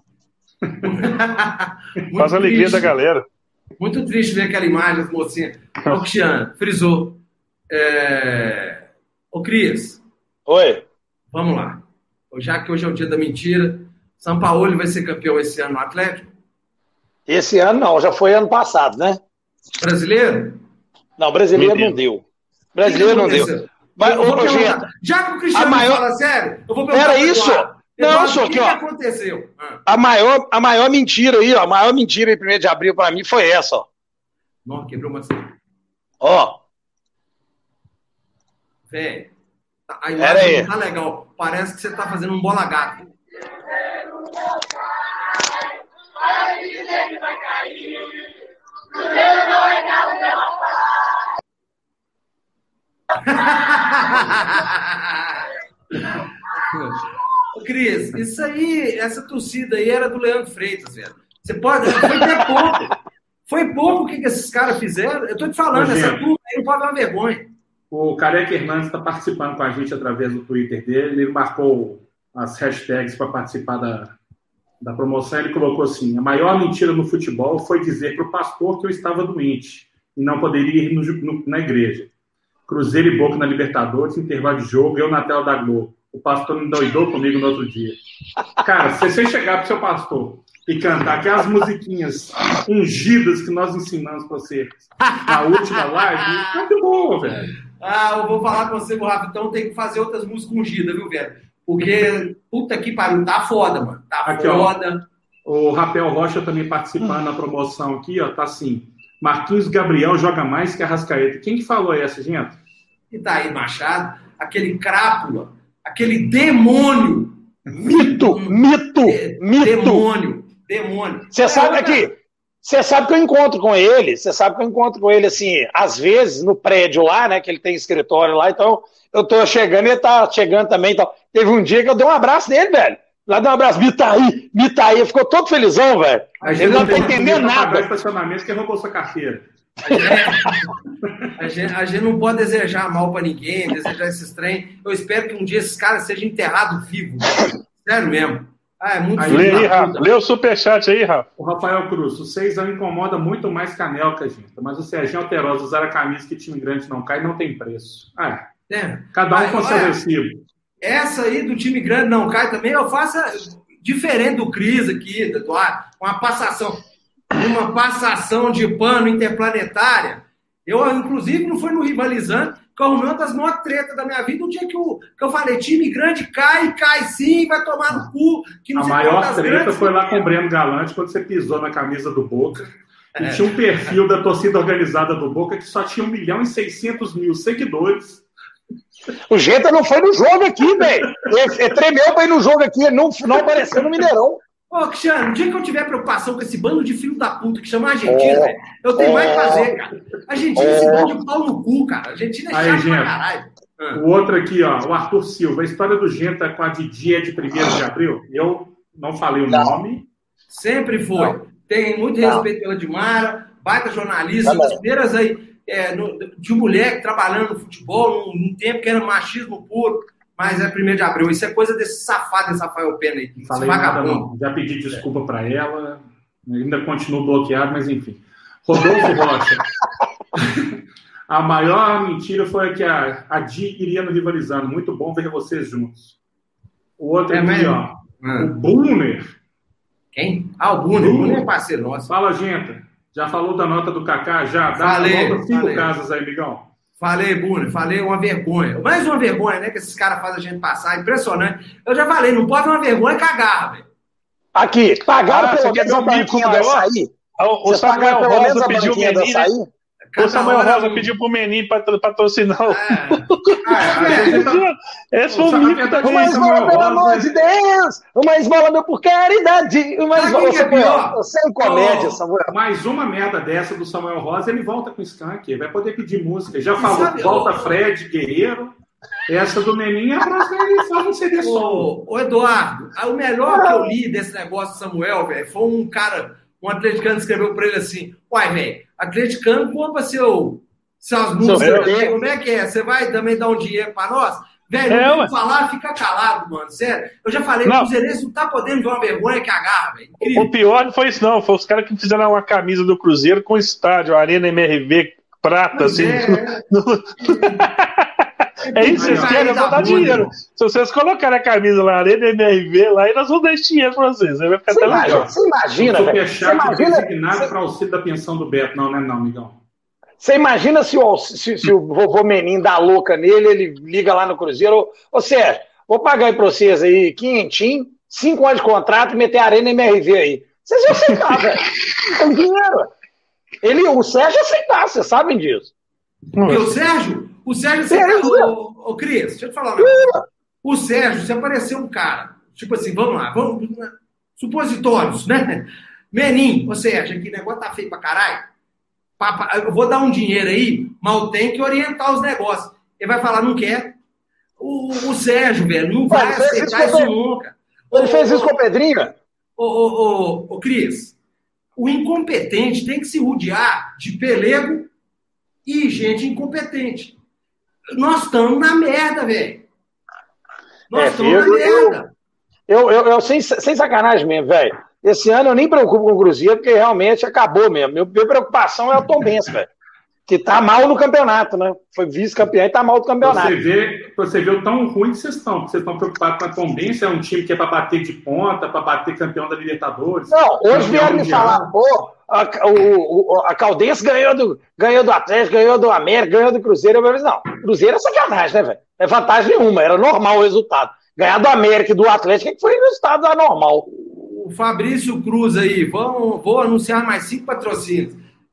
Faz a alegria da galera. Muito triste ver aquela imagem, as mocinhas. Ô, Cristiano, frisou. Ô, Cris. Oi. Vamos lá. Já que hoje é o dia da mentira, São Paulo vai ser campeão esse ano no Atlético? Esse ano não, já foi ano passado, né? Brasileiro? Não, brasileiro não deu. Brasileiro não deu. Mas, já que o Cristiano fala sério, eu vou perguntar. Era isso? Não, só que, ó. O que aconteceu? A maior mentira aí, ó. A maior mentira aí, 1º de abril, pra mim, foi essa, ó. Não, quebrou uma. Ó. Velho, a imagem não tá legal. Parece que você tá fazendo um bola gato. Cris, isso aí, essa torcida aí era do Leandro Freitas, velho. Você pode. Foi até pouco. Foi pouco o que esses caras fizeram. Eu tô te falando, essa turma aí não pode dar uma vergonha. O Careca Hernandes está participando com a gente através do Twitter dele. Ele marcou as hashtags para participar da promoção. Ele colocou assim: a maior mentira no futebol foi dizer para o pastor que eu estava doente e não poderia ir na igreja. Cruzeiro e Boca na Libertadores, intervalo de jogo, eu na tela da Globo. O pastor me doidou comigo no outro dia. Cara, se você chegar pro seu pastor e cantar aquelas musiquinhas ungidas que nós ensinamos para você na última live, tá de boa, velho. Eu vou falar com você, Rafa, então tem que fazer outras músicas ungidas, viu, velho? Porque, puta que pariu, tá foda, mano. Tá aqui, foda. Ó, o Rafael Rocha também participando na promoção aqui, ó, tá assim: Marquinhos Gabriel joga mais que Arrascaeta. Quem que falou essa, gente? E tá aí, Machado, aquele crápula, aquele demônio. Mito. Demônio. Você sabe que eu encontro com ele, assim, às vezes, no prédio lá, né, que ele tem escritório lá, então eu tô chegando e ele tá chegando também, então. Teve um dia que eu dei um abraço nele, velho. Lá deu um abraço, Mitaí, ficou todo felizão, velho. Ele não tá entendendo nada. Estacionamento que roubou sua carteira. A gente não pode desejar mal pra ninguém, desejar esses trem. Eu espero que um dia esses caras sejam enterrados vivos. Sério mesmo. É muito Lê o superchat aí, Rafa. O Rafael Cruz, o 6 incomoda muito mais que a Nelca, gente. Mas o Serginho Alterosa usar a camisa que time grande não cai, não tem preço. Cada um com seu recibo. Essa aí do time grande não cai também, eu faço diferente do Cris aqui, Eduardo, uma passação de pano interplanetária. Eu, inclusive, não foi no Rivalizando, que eu arrumei uma das maiores tretas da minha vida, o dia que eu falei, time grande cai sim, vai tomar no cu. Que não a maior treta foi lá com o Breno Galante, quando você pisou na camisa do Boca, e tinha um perfil da torcida organizada do Boca que só tinha 1.600.000 seguidores. O Genta não foi no jogo aqui, velho. Ele tremeu pra ir no jogo aqui, não apareceu no Mineirão. Ô, Cristiano, no dia que eu tiver preocupação com esse bando de filho da puta que chama Argentina, velho, eu tenho mais que fazer, cara. Argentina é esse bando de pau no cu, cara. Argentina é chato pra caralho. O outro aqui, ó, o Arthur Silva. A história do Genta com a Didi é de 1º de abril? Eu não falei o nome. Sempre foi. Não. Tem muito respeito pela Dimara, baita jornalista, das primeiras aí, de mulher trabalhando no futebol, num tempo que era machismo puro. Mas é 1º de abril. Isso é coisa desse safado, desse Rafael Pena aí. Falei nada, não. Já pedi desculpa para ela. Ainda continuo bloqueado, mas enfim. Rodolfo Rocha. A maior mentira foi que a Di iria no Rivalizando. Muito bom ver vocês juntos. O outro aqui, ó. O Brunner. Quem? O Brunner. O Brunner é parceiro nosso. Fala, gente. Já falou da nota do Kaká? Já? Dá 5 casas aí, amigão. Falei, Bruno, uma vergonha. Mais uma vergonha, né, que esses caras fazem a gente passar, impressionante. Eu já falei, não pode ter uma vergonha cagar, velho. Aqui, pagaram pelo menos a banquinha do açaí. O Samuel Rosa pediu o Menin, né? O Samuel Rosa pediu pro Menin patrocinar o... Esse foi o mito da uma esmola, pelo amor de Deus! Uma esmola, meu, por caridade! Uma esmola, Samuel, sem comédia, Samuel. Mais uma merda dessa do Samuel Rosa, ele volta com o Skank, ele vai poder pedir música. Já falou, volta Fred, Guerreiro. Essa do Menin é pra ele faz um CD solo. Ô, Eduardo, o melhor que eu li desse negócio do Samuel, velho, foi um cara, um atleticano escreveu pra ele assim, uai, velho, atleticano compra suas músicas, como é que é? Você vai também dar um dinheiro pra nós? Velho, não tem que falar, fica calado, mano, sério. Eu já falei, o Cruzeirense não tá podendo ver uma vergonha que agarra, velho. O pior não foi isso, não, foi os caras que fizeram uma camisa do Cruzeiro com estádio, Arena MRV prata, assim. É isso, vocês querem, eu vou dar dinheiro. Se vocês colocarem a camisa lá, Arena MRV, lá, e nós vamos dar esse dinheiro pra vocês. Aí vai ficar até legal. Você imagina, velho. Você imagina designado para auxílio da pensão do Beto. Não, amigão. Você imagina se o vovô Menin dá louca nele, ele liga lá no Cruzeiro. Ô Sérgio, vou pagar aí pra vocês aí, 500, 5 anos de contrato e meter a Arena MRV aí. Vocês iam aceitar, velho. Não tem dinheiro. O Sérgio ia aceitar, vocês sabem disso. Porque o Sérgio, ô Cris, deixa eu te falar uma coisa. O Sérgio, se aparecer um cara, tipo assim, vamos supositórios, né? Menin, ô Sérgio, aqui o negócio tá feio pra caralho. Eu vou dar um dinheiro aí, mas tem que orientar os negócios. Ele vai falar, não quer. O Sérgio, velho, não vai aceitar isso nunca. Ele fez isso com o Pedrinho? Ô, Cris, O incompetente tem que se rodear de pelego e gente incompetente. Nós estamos na merda, velho. Nós estamos na merda. Eu sem sacanagem mesmo, velho. Esse ano eu nem preocupo com o Cruzeiro, porque realmente acabou mesmo. Minha preocupação é o Tombense, velho. Que tá mal no campeonato, né? Foi vice-campeão e tá mal no campeonato. Você vê o tão ruim que vocês estão. Vocês estão preocupados com a Tombense, é um time que é para bater de ponta, para bater campeão da Libertadores. Não, hoje vieram me falar, pô, a Caldense ganhou do Atlético, ganhou do América, ganhou do Cruzeiro. Eu falei, não, Cruzeiro é sacanagem, né, velho? Não é vantagem nenhuma, era normal o resultado. Ganhar do América e do Atlético, que foi o resultado anormal. O Fabrício Cruz aí, vou anunciar mais 5 patrocínios.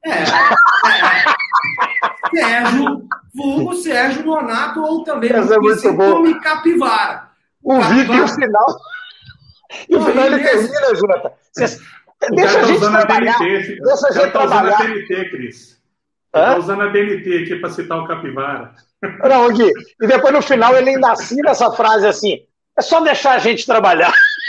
Sérgio Nonato ou também o Capivara. O Vitor, no final. E o final ele termina, Jonathan. Deixa a gente trabalhar. Deixa a gente trabalhar. Tá usando a DNT, Cris. Tá usando a DNT aqui para citar o Capivara. Não, Gui. E depois no final ele ainda assina essa frase assim: é só deixar a gente trabalhar.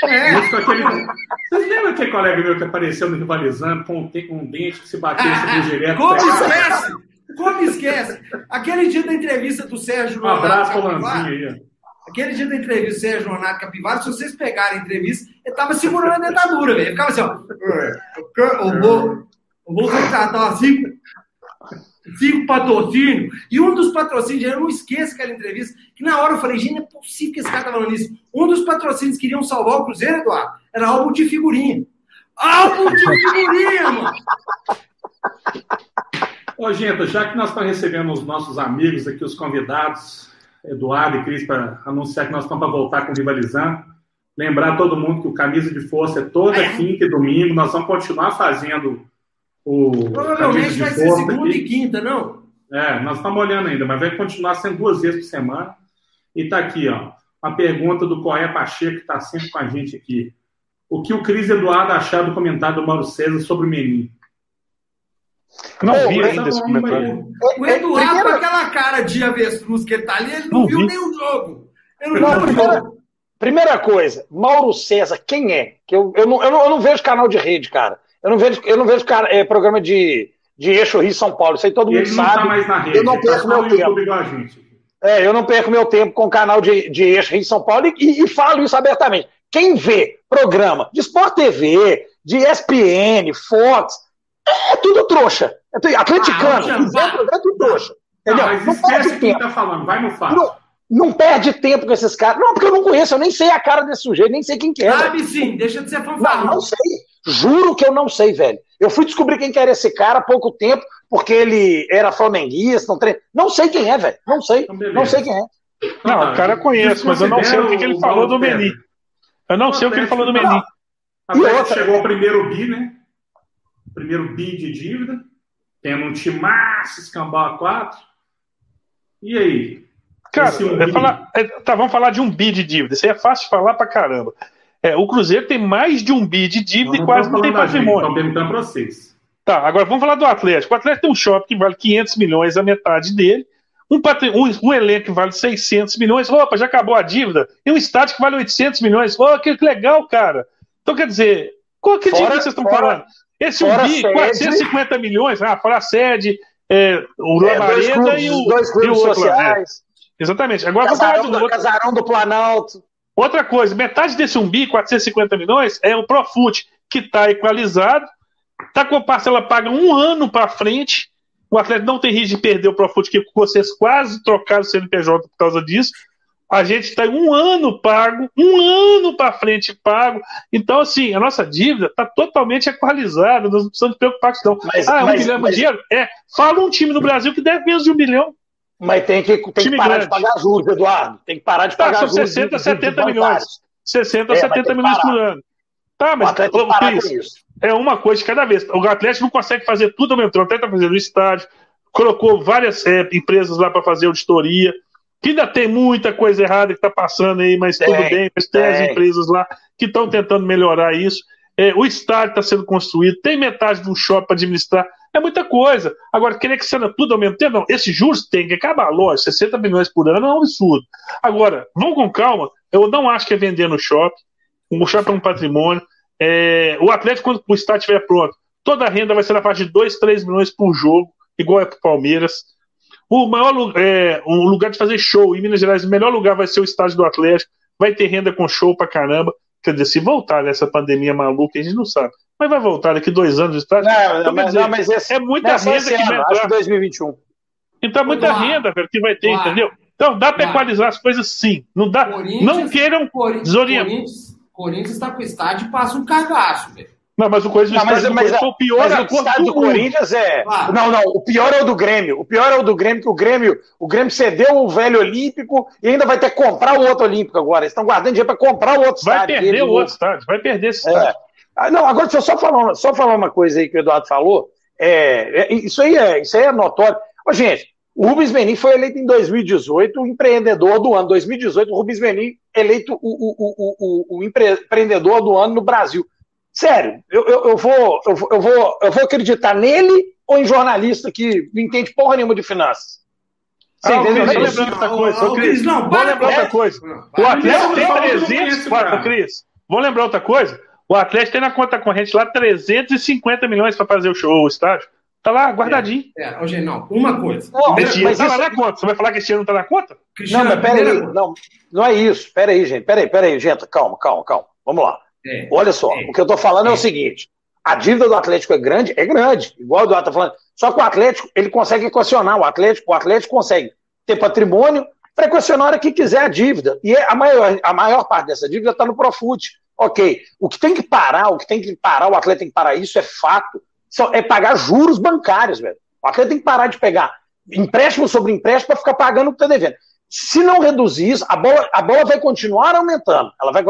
Vocês lembram aquele colega meu que apareceu no Rivalizando com um dente que se bateu direto? Como esquece? Aquele dia da entrevista do Sérgio Nonato. Um abraço pro Lanzinho aí. Aquele dia da entrevista do Sérgio Nonato Capivara, se vocês pegarem a entrevista, ele tava segurando a dentadura, velho. Ele ficava assim, ó. Eu vou contratar 5 patrocínios. E um dos patrocínios, eu não esqueço aquela entrevista, que na hora eu falei, gente, não é possível que esse cara tá falando isso. Um dos patrocínios que queriam salvar o Cruzeiro, Eduardo, era álbum de figurinha. Álbum de figurinha, mano! Ô, gente, já que nós estamos recebendo os nossos amigos aqui, os convidados, Eduardo e Cris, para anunciar que nós estamos para voltar com o Rivalizando, lembrar todo mundo que o Camisa de Força é toda quinta e domingo, nós vamos continuar fazendo provavelmente vai ser segunda e quinta, não? Nós estamos olhando ainda, mas vai continuar sendo 2 vezes por semana. E tá aqui, ó, uma pergunta do Coé Pacheco, que está sempre com a gente aqui. O que o Cris Eduardo acharam do comentário do Mauro César sobre o Menin? Não vi ainda esse comentário. O Eduardo, com aquela cara de avestruz que ele tá ali, ele não viu nem o jogo. Primeira coisa, Mauro César, quem é? Que eu não vejo canal de rede, cara. Eu não vejo programa de Eixo Rio São Paulo. Isso aí todo mundo sabe. Tá mais na rede, eu não perco meu tempo. Eu não perco meu tempo com o canal de Eixo Rio São Paulo e falo isso abertamente. Quem vê programa de Sport TV, de ESPN, Fox, é tudo trouxa. Atleticano, é tudo trouxa. Entendeu? Mas esquece quem tá falando, vai no fato. Não perde tempo com esses caras. Não, porque eu não conheço, eu nem sei a cara desse sujeito, nem sei quem que é. Sabe sim, deixa de ser fanfarrão. Não sei. Juro que eu não sei, velho. Eu fui descobrir quem que era esse cara há pouco tempo, porque ele era flamenguista, não sei quem é, velho. Não sei. Então, não sei quem é. Não, o cara eu conheço, mas eu não sei o que ele falou do Menin. Eu não sei o que ele falou do Menin. Agora chegou o primeiro bi, né? Primeiro bi de dívida. Tendo um time massa, escambau a 4. E aí? Cara, vamos falar de um bi de dívida. Isso aí é fácil de falar pra caramba. O Cruzeiro tem mais de um bi de dívida e quase não tem patrimônio. Estão perguntando para vocês. Tá, agora vamos falar do Atlético. O Atlético tem um shopping que vale 500 milhões, a metade dele. Um elenco que vale 600 milhões. Opa, já acabou a dívida. E um estádio que vale 800 milhões. Oh, que legal, cara. Então, quer dizer, qual que dívida vocês estão falando? Esse um bi, 450 milhões, fora a sede, o Lamareda e o dois clubes sociais. Exatamente. Agora Casarão do Planalto. Outra coisa, metade desse 1 bi, 450 milhões, é o Profut, que está equalizado, está com a parcela paga 1 ano para frente. O Atlético não tem risco de perder o Profut, que vocês quase trocaram o CNPJ por causa disso. A gente está 1 ano pago, 1 ano para frente pago. Então, assim, a nossa dívida está totalmente equalizada, nós não precisamos nos preocupar com isso, não. 1 bilhão de dinheiro? Fala um time no Brasil que deve menos de 1 bilhão. Mas tem que parar de pagar juros, Eduardo. Tem que parar de pagar juros. São 60, 70 milhões. 60, 70 milhões por ano. Tá, mas é uma coisa de cada vez. O Atlético não consegue fazer tudo ao mesmo tempo. O Atlético está fazendo o estádio, colocou várias empresas lá para fazer auditoria, que ainda tem muita coisa errada que está passando aí, mas tudo bem. Mas tem as empresas lá que estão tentando melhorar isso. O estádio está sendo construído, tem metade de um shopping para administrar. É muita coisa. Agora, querer que seja tudo ao mesmo tempo, não. Esses juros tem que acabar, lógico. 60 milhões por ano é um absurdo. Agora, vamos com calma. Eu não acho que é vender no shopping. O shopping é um patrimônio. O Atlético, quando o estádio estiver pronto, Toda a renda vai ser na faixa de 2, 3 milhões por jogo, igual é pro Palmeiras. O lugar de fazer show em Minas Gerais, o melhor lugar vai ser o estádio do Atlético. Vai ter renda com show pra caramba. Quer dizer, se voltar nessa pandemia maluca, a gente não sabe. Mas vai voltar daqui 2 anos o estádio. Mas esse, é muita renda que vai entrar. Acho 2021. Então é muita renda, velho, que vai ter, entendeu? Então dá pra equalizar as coisas sim. Não dá. Não queiram desorientar. Corinthians está com o estádio e passa um cagaço, velho. Não, mas o Corinthians foi o pior acordo do estádio do Corinthians Não, o pior é o do Grêmio. O pior é o do Grêmio, que o Grêmio cedeu o velho Olímpico e ainda vai ter que comprar o outro Olímpico agora. Eles estão guardando dinheiro para comprar o outro estádio. Vai perder o outro estádio, vai perder esse estádio. Não, agora deixa eu só falar uma coisa aí que o Eduardo falou. Isso aí é notório. Ô, gente, o Rubens Menin foi eleito em 2018 o empreendedor do ano. 2018, o Rubens Menin eleito o empreendedor do ano no Brasil. Sério, eu vou acreditar nele ou em jornalista que não entende porra nenhuma de finanças? Você entendeu? Vou lembrar outra coisa. Vou lembrar outra coisa. O Atlético tem 300... Cris, vou lembrar outra coisa. O Atlético tem na conta corrente lá 350 milhões para fazer o estádio. Tá lá, guardadinho. Não, uma coisa. Esse dinheiro tá lá na conta. Você vai falar que esse dinheiro não tá na conta? Não, mas peraí. Não é isso. Peraí, gente. Peraí, gente. Calma. Vamos lá. Olha só, o que eu tô falando é o seguinte: a dívida do Atlético é grande, igual o Eduardo tá falando, só que o Atlético, ele consegue equacionar, o Atlético consegue ter patrimônio para equacionar a hora que quiser a dívida, e a maior parte dessa dívida está no Profut, ok, o que tem que parar, o Atlético tem que parar, isso é fato, é pagar juros bancários, velho, o Atlético tem que parar de pegar empréstimo sobre empréstimo para ficar pagando o que está devendo. Se não reduzir isso, a bola vai continuar aumentando,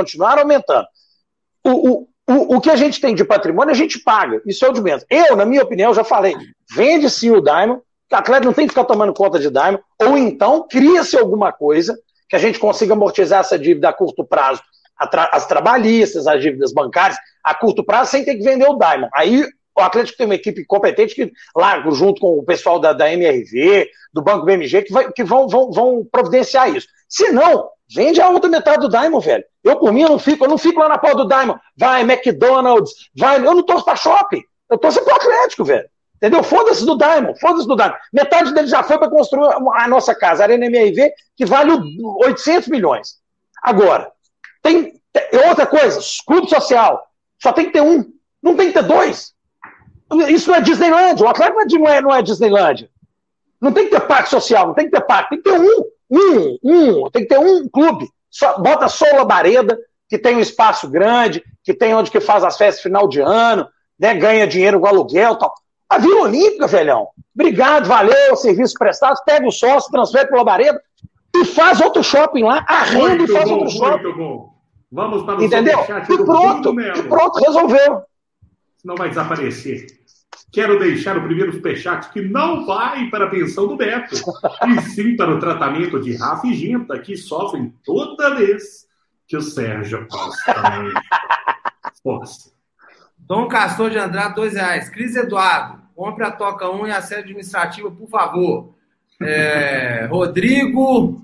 O que a gente tem de patrimônio, a gente paga. Isso é o de menos. Eu, na minha opinião, já falei, vende sim o Diamond, que o Atlético não tem que ficar tomando conta de Diamond, ou então cria-se alguma coisa que a gente consiga amortizar essa dívida a curto prazo, as trabalhistas, as dívidas bancárias, a curto prazo, sem ter que vender o Diamond. Aí o Atlético tem uma equipe competente que, lá, junto com o pessoal da MRV, do Banco BMG, que vão providenciar isso. Se não, vende a outra metade do Diamond, velho. Eu, por mim, eu não fico lá na porta do Diamond. Vai, McDonald's, vai. Eu não torço pra shopping. Eu torço pro Atlético, velho. Entendeu? Foda-se do Diamond. Metade dele já foi para construir a nossa casa, a Arena MRV, que vale 800 milhões. Agora, tem outra coisa, clube social. Só tem que ter um. Não tem que ter dois. Isso não é Disneylândia. O Atlético não é Disneylândia. Não tem que ter parque social, não tem que ter parque. Tem que ter tem que ter um clube. Bota só o Labareda, que tem um espaço grande, que tem onde que faz as festas final de ano, né, ganha dinheiro com aluguel e tal. A Vila Olímpica, velhão. Obrigado, valeu, serviço prestado, pega o sócio, transfere pro Labareda e faz outro shopping lá, arrenda e faz outro shopping. Muito bom. Vamos para o entendeu? E pronto, resolveu. Senão vai desaparecer. Quero deixar o primeiro superchat que não vai para a pensão do Beto, e sim para o tratamento de Rafa e Ginta, que sofrem toda vez que o Sérgio passa. Força. Dom Castor de Andrade, R$2. Cris Eduardo, compre a Toca 1 e a sede administrativa, por favor. Rodrigo.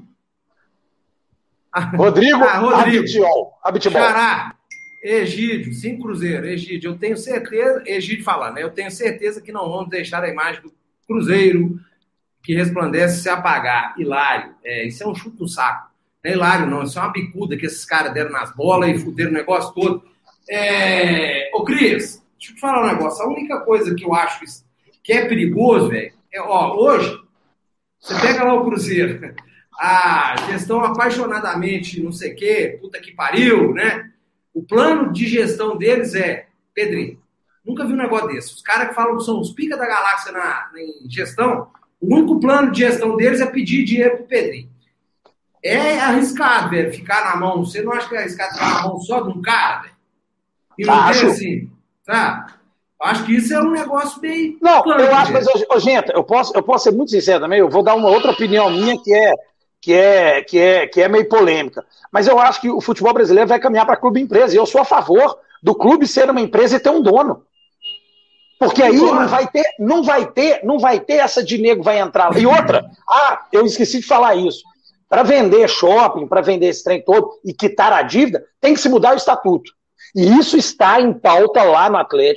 Abitibol. Xará. Egídio, 5 Cruzeiro. Egídio, eu tenho certeza, Egídio falando, né? Eu tenho certeza que não vamos deixar a imagem do Cruzeiro que resplandece se apagar. Hilário, isso é um chute no saco. Não é hilário, não, isso é uma bicuda que esses caras deram nas bolas e fuderam o negócio todo. Ô, Cris, deixa eu te falar um negócio. A única coisa que eu acho que é perigoso, velho, hoje, você pega lá o Cruzeiro, a gestão apaixonadamente, não sei o quê, puta que pariu, né? O plano de gestão deles Pedrinho, nunca vi um negócio desse. Os caras que falam que são os pica da galáxia em gestão, o único plano de gestão deles é pedir dinheiro pro Pedrinho. É arriscado, velho, ficar na mão. Você não acha que é arriscado ficar na mão só de um cara, velho? E não ter assim, tá? Acho que isso é um negócio bem... Não, eu acho, mas, gente, eu posso ser muito sincero também, eu vou dar uma outra opinião minha que é meio polêmica. Mas eu acho que o futebol brasileiro vai caminhar para clube-empresa. E eu sou a favor do clube ser uma empresa e ter um dono. Porque aí não vai ter essa de nego vai entrar. E outra, eu esqueci de falar isso. Para vender shopping, para vender esse trem todo e quitar a dívida, tem que se mudar o estatuto. E isso está em pauta lá no Atlético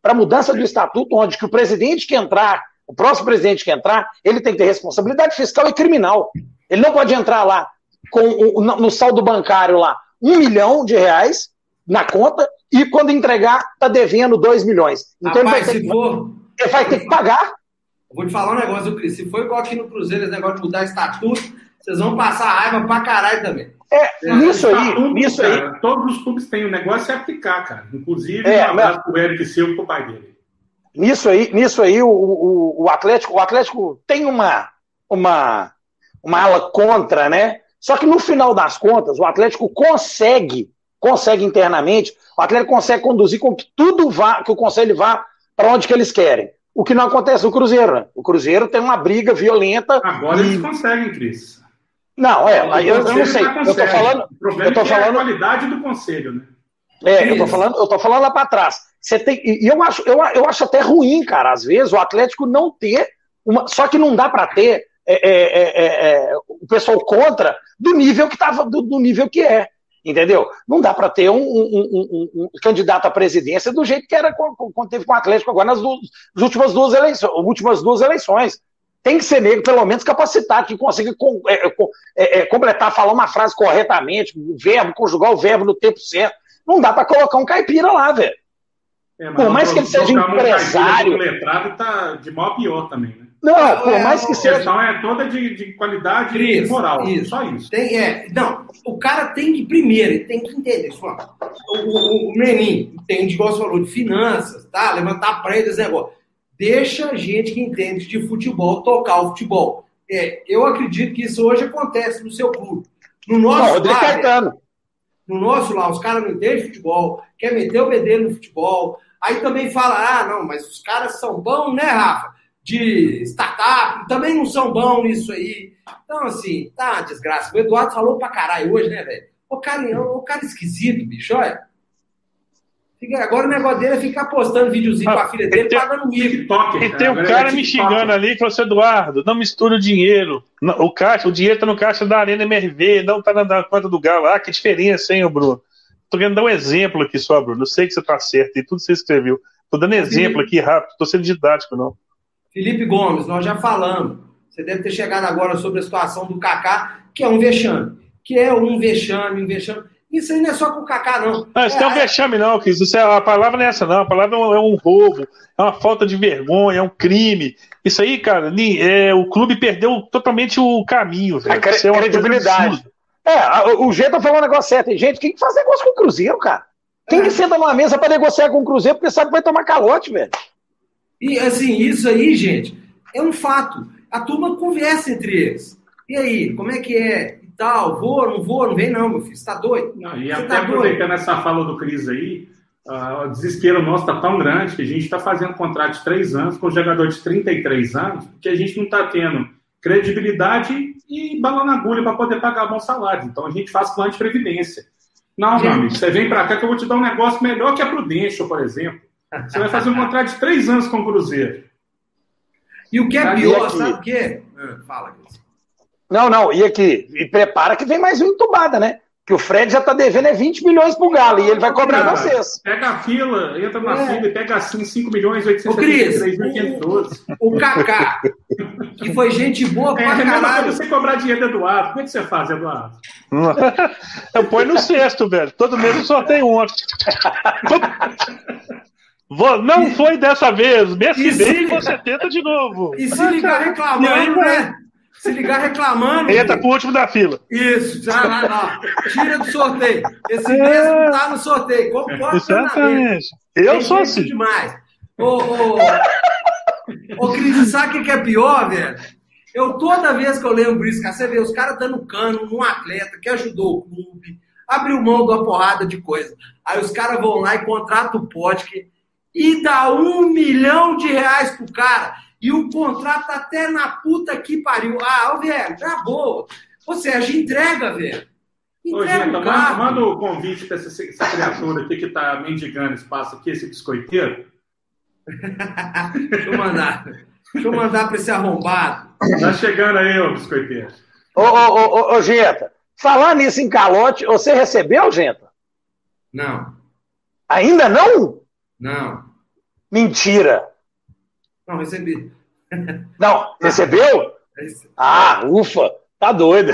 para mudança do estatuto, onde que o presidente que entrar, o próximo presidente que entrar, ele tem que ter responsabilidade fiscal e criminal. Ele não pode entrar lá no saldo bancário lá, R$1 milhão na conta, e quando entregar, tá devendo 2 milhões. Então Rapaz, ele vai ter que pagar. Eu vou te falar um negócio, Cris. Se for igual aqui no Cruzeiro, esse negócio de mudar estatuto, vocês vão passar raiva pra caralho também. Nisso aí. Todos os clubes têm, o negócio é aplicar, cara. Inclusive, um abraço pro Eric Silva e pro pai dele. Nisso aí o Atlético tem uma ala contra, né? Só que no final das contas, o Atlético consegue internamente, o Atlético consegue conduzir com que tudo vá, que o conselho vá para onde que eles querem. O que não acontece no Cruzeiro, né? O Cruzeiro tem uma briga violenta. Agora eles conseguem, Cris. Não, eu não sei. Eu tô falando. O problema é a qualidade do conselho, né? Eu tô falando lá para trás. Eu acho até ruim, cara, às vezes, o Atlético não ter uma. Só que não dá para ter o pessoal contra do nível que tava, do nível que é. Entendeu? Não dá para ter um candidato à presidência do jeito que era quando teve com o Atlético agora nas últimas duas eleições. Tem que ser negro, pelo menos capacitado, que consiga completar, falar uma frase corretamente, conjugar o verbo no tempo certo. Não dá para colocar um caipira lá, velho. Por mais que ele seja empresário. O letrado tá de mal a pior também, né? Não, por mais que seja. A questão é toda de qualidade moral. Isso. Só isso. Não, o cara tem que, primeiro, ele tem que entender. O Menin entende, igual você falou, de finanças, tá? Levantar prédio, esse negócio. Deixa a gente que entende de futebol tocar o futebol. Eu acredito que isso hoje acontece no seu clube. No nosso lá, os caras não entendem de futebol, quer meter o bedelho no futebol. Aí também fala, não, mas os caras são bons, né, Rafa? De startup, também não são bons nisso aí. Então, assim, tá uma desgraça. O Eduardo falou pra caralho hoje, né, velho? O cara esquisito, bicho, olha. Agora o negócio dele é ficar postando videozinho com a filha dele, pagando mico. E tem um cara me xingando ali que falou assim, Eduardo, não mistura o dinheiro. O dinheiro tá no caixa da Arena MRV, não tá na conta do Galo. Que diferença, hein, Bruno? Tô querendo dar um exemplo aqui só, Bruno. Eu sei que você tá certo e tudo você escreveu. Tô dando exemplo aqui rápido, tô sendo didático, não. Felipe Gomes, nós já falamos. Você deve ter chegado agora sobre a situação do Kaká, que é um vexame. Um vexame. Isso aí não é só com o Kaká, não. Não, isso não é um vexame, não, Cris. A palavra não é essa, não. A palavra é um roubo, é uma falta de vergonha, é um crime. Isso aí, cara, o clube perdeu totalmente o caminho, velho. A credibilidade. O G tá falando um negócio certo. Tem gente que tem que fazer negócio com o Cruzeiro, cara. Quem que senta numa mesa pra negociar com o Cruzeiro porque sabe que vai tomar calote, velho. E, assim, isso aí, gente, é um fato. A turma conversa entre eles. E aí, como é que é? E tal, não vou, não vem não, meu filho. Você tá doido? E até aproveitando essa fala do Cris aí, o desespero nosso tá tão grande que a gente tá fazendo contrato de 3 anos com um jogador de 33 anos, porque a gente não tá tendo credibilidade e bala na agulha para poder pagar bom salário. Então a gente faz plano de previdência. Não, meu amigo, você vem para cá que eu vou te dar um negócio melhor que a Prudential, por exemplo. Você vai fazer um contrato de 3 anos com o Cruzeiro. E o que é pior, sabe o quê? Fala, Cris. Não, e aqui, prepara que vem mais uma entubada, né? Que o Fred já tá devendo 20 milhões pro Galo e ele vai cobrar vocês. Pega a fila, entra na fila e pega assim 5 milhões 873.512. O Kaká, que foi gente boa pra caralho. Se você cobrar dinheiro do Eduardo, como é que você faz, Eduardo? Eu ponho no cesto, velho. Todo mês eu sorteio um. Não foi dessa vez. Mês que vem você tenta de novo. E se ligar reclamando, né? Se ligar reclamando. Entra pro último da fila. Isso, já lá. Tira do sorteio. Esse mês não tá no sorteio. Concordo. Exatamente. Eu sou assim. Demais. Ô, Cris, sabe o que é pior, velho? Toda vez que eu lembro isso, cara, você vê os caras dando cano num atleta que ajudou o clube, abriu mão de uma porrada de coisa. Aí os caras vão lá e contratam o Potker e dá R$1 milhão pro cara. E o contrato tá até na puta que pariu. Velho, tá boa. Ô, Sérgio, entrega, velho. Entrega. Manda o convite pra essa criatura aqui que tá mendigando espaço aqui, esse biscoiteiro. Deixa eu mandar pra esse arrombado. Tá chegando aí, ô biscoiteiro. Ô, Genta, falar nisso em calote, você recebeu, Genta? Não. Ainda não? Não. Mentira. Não, recebi. Não, recebeu? Ah, ufa, tá doido.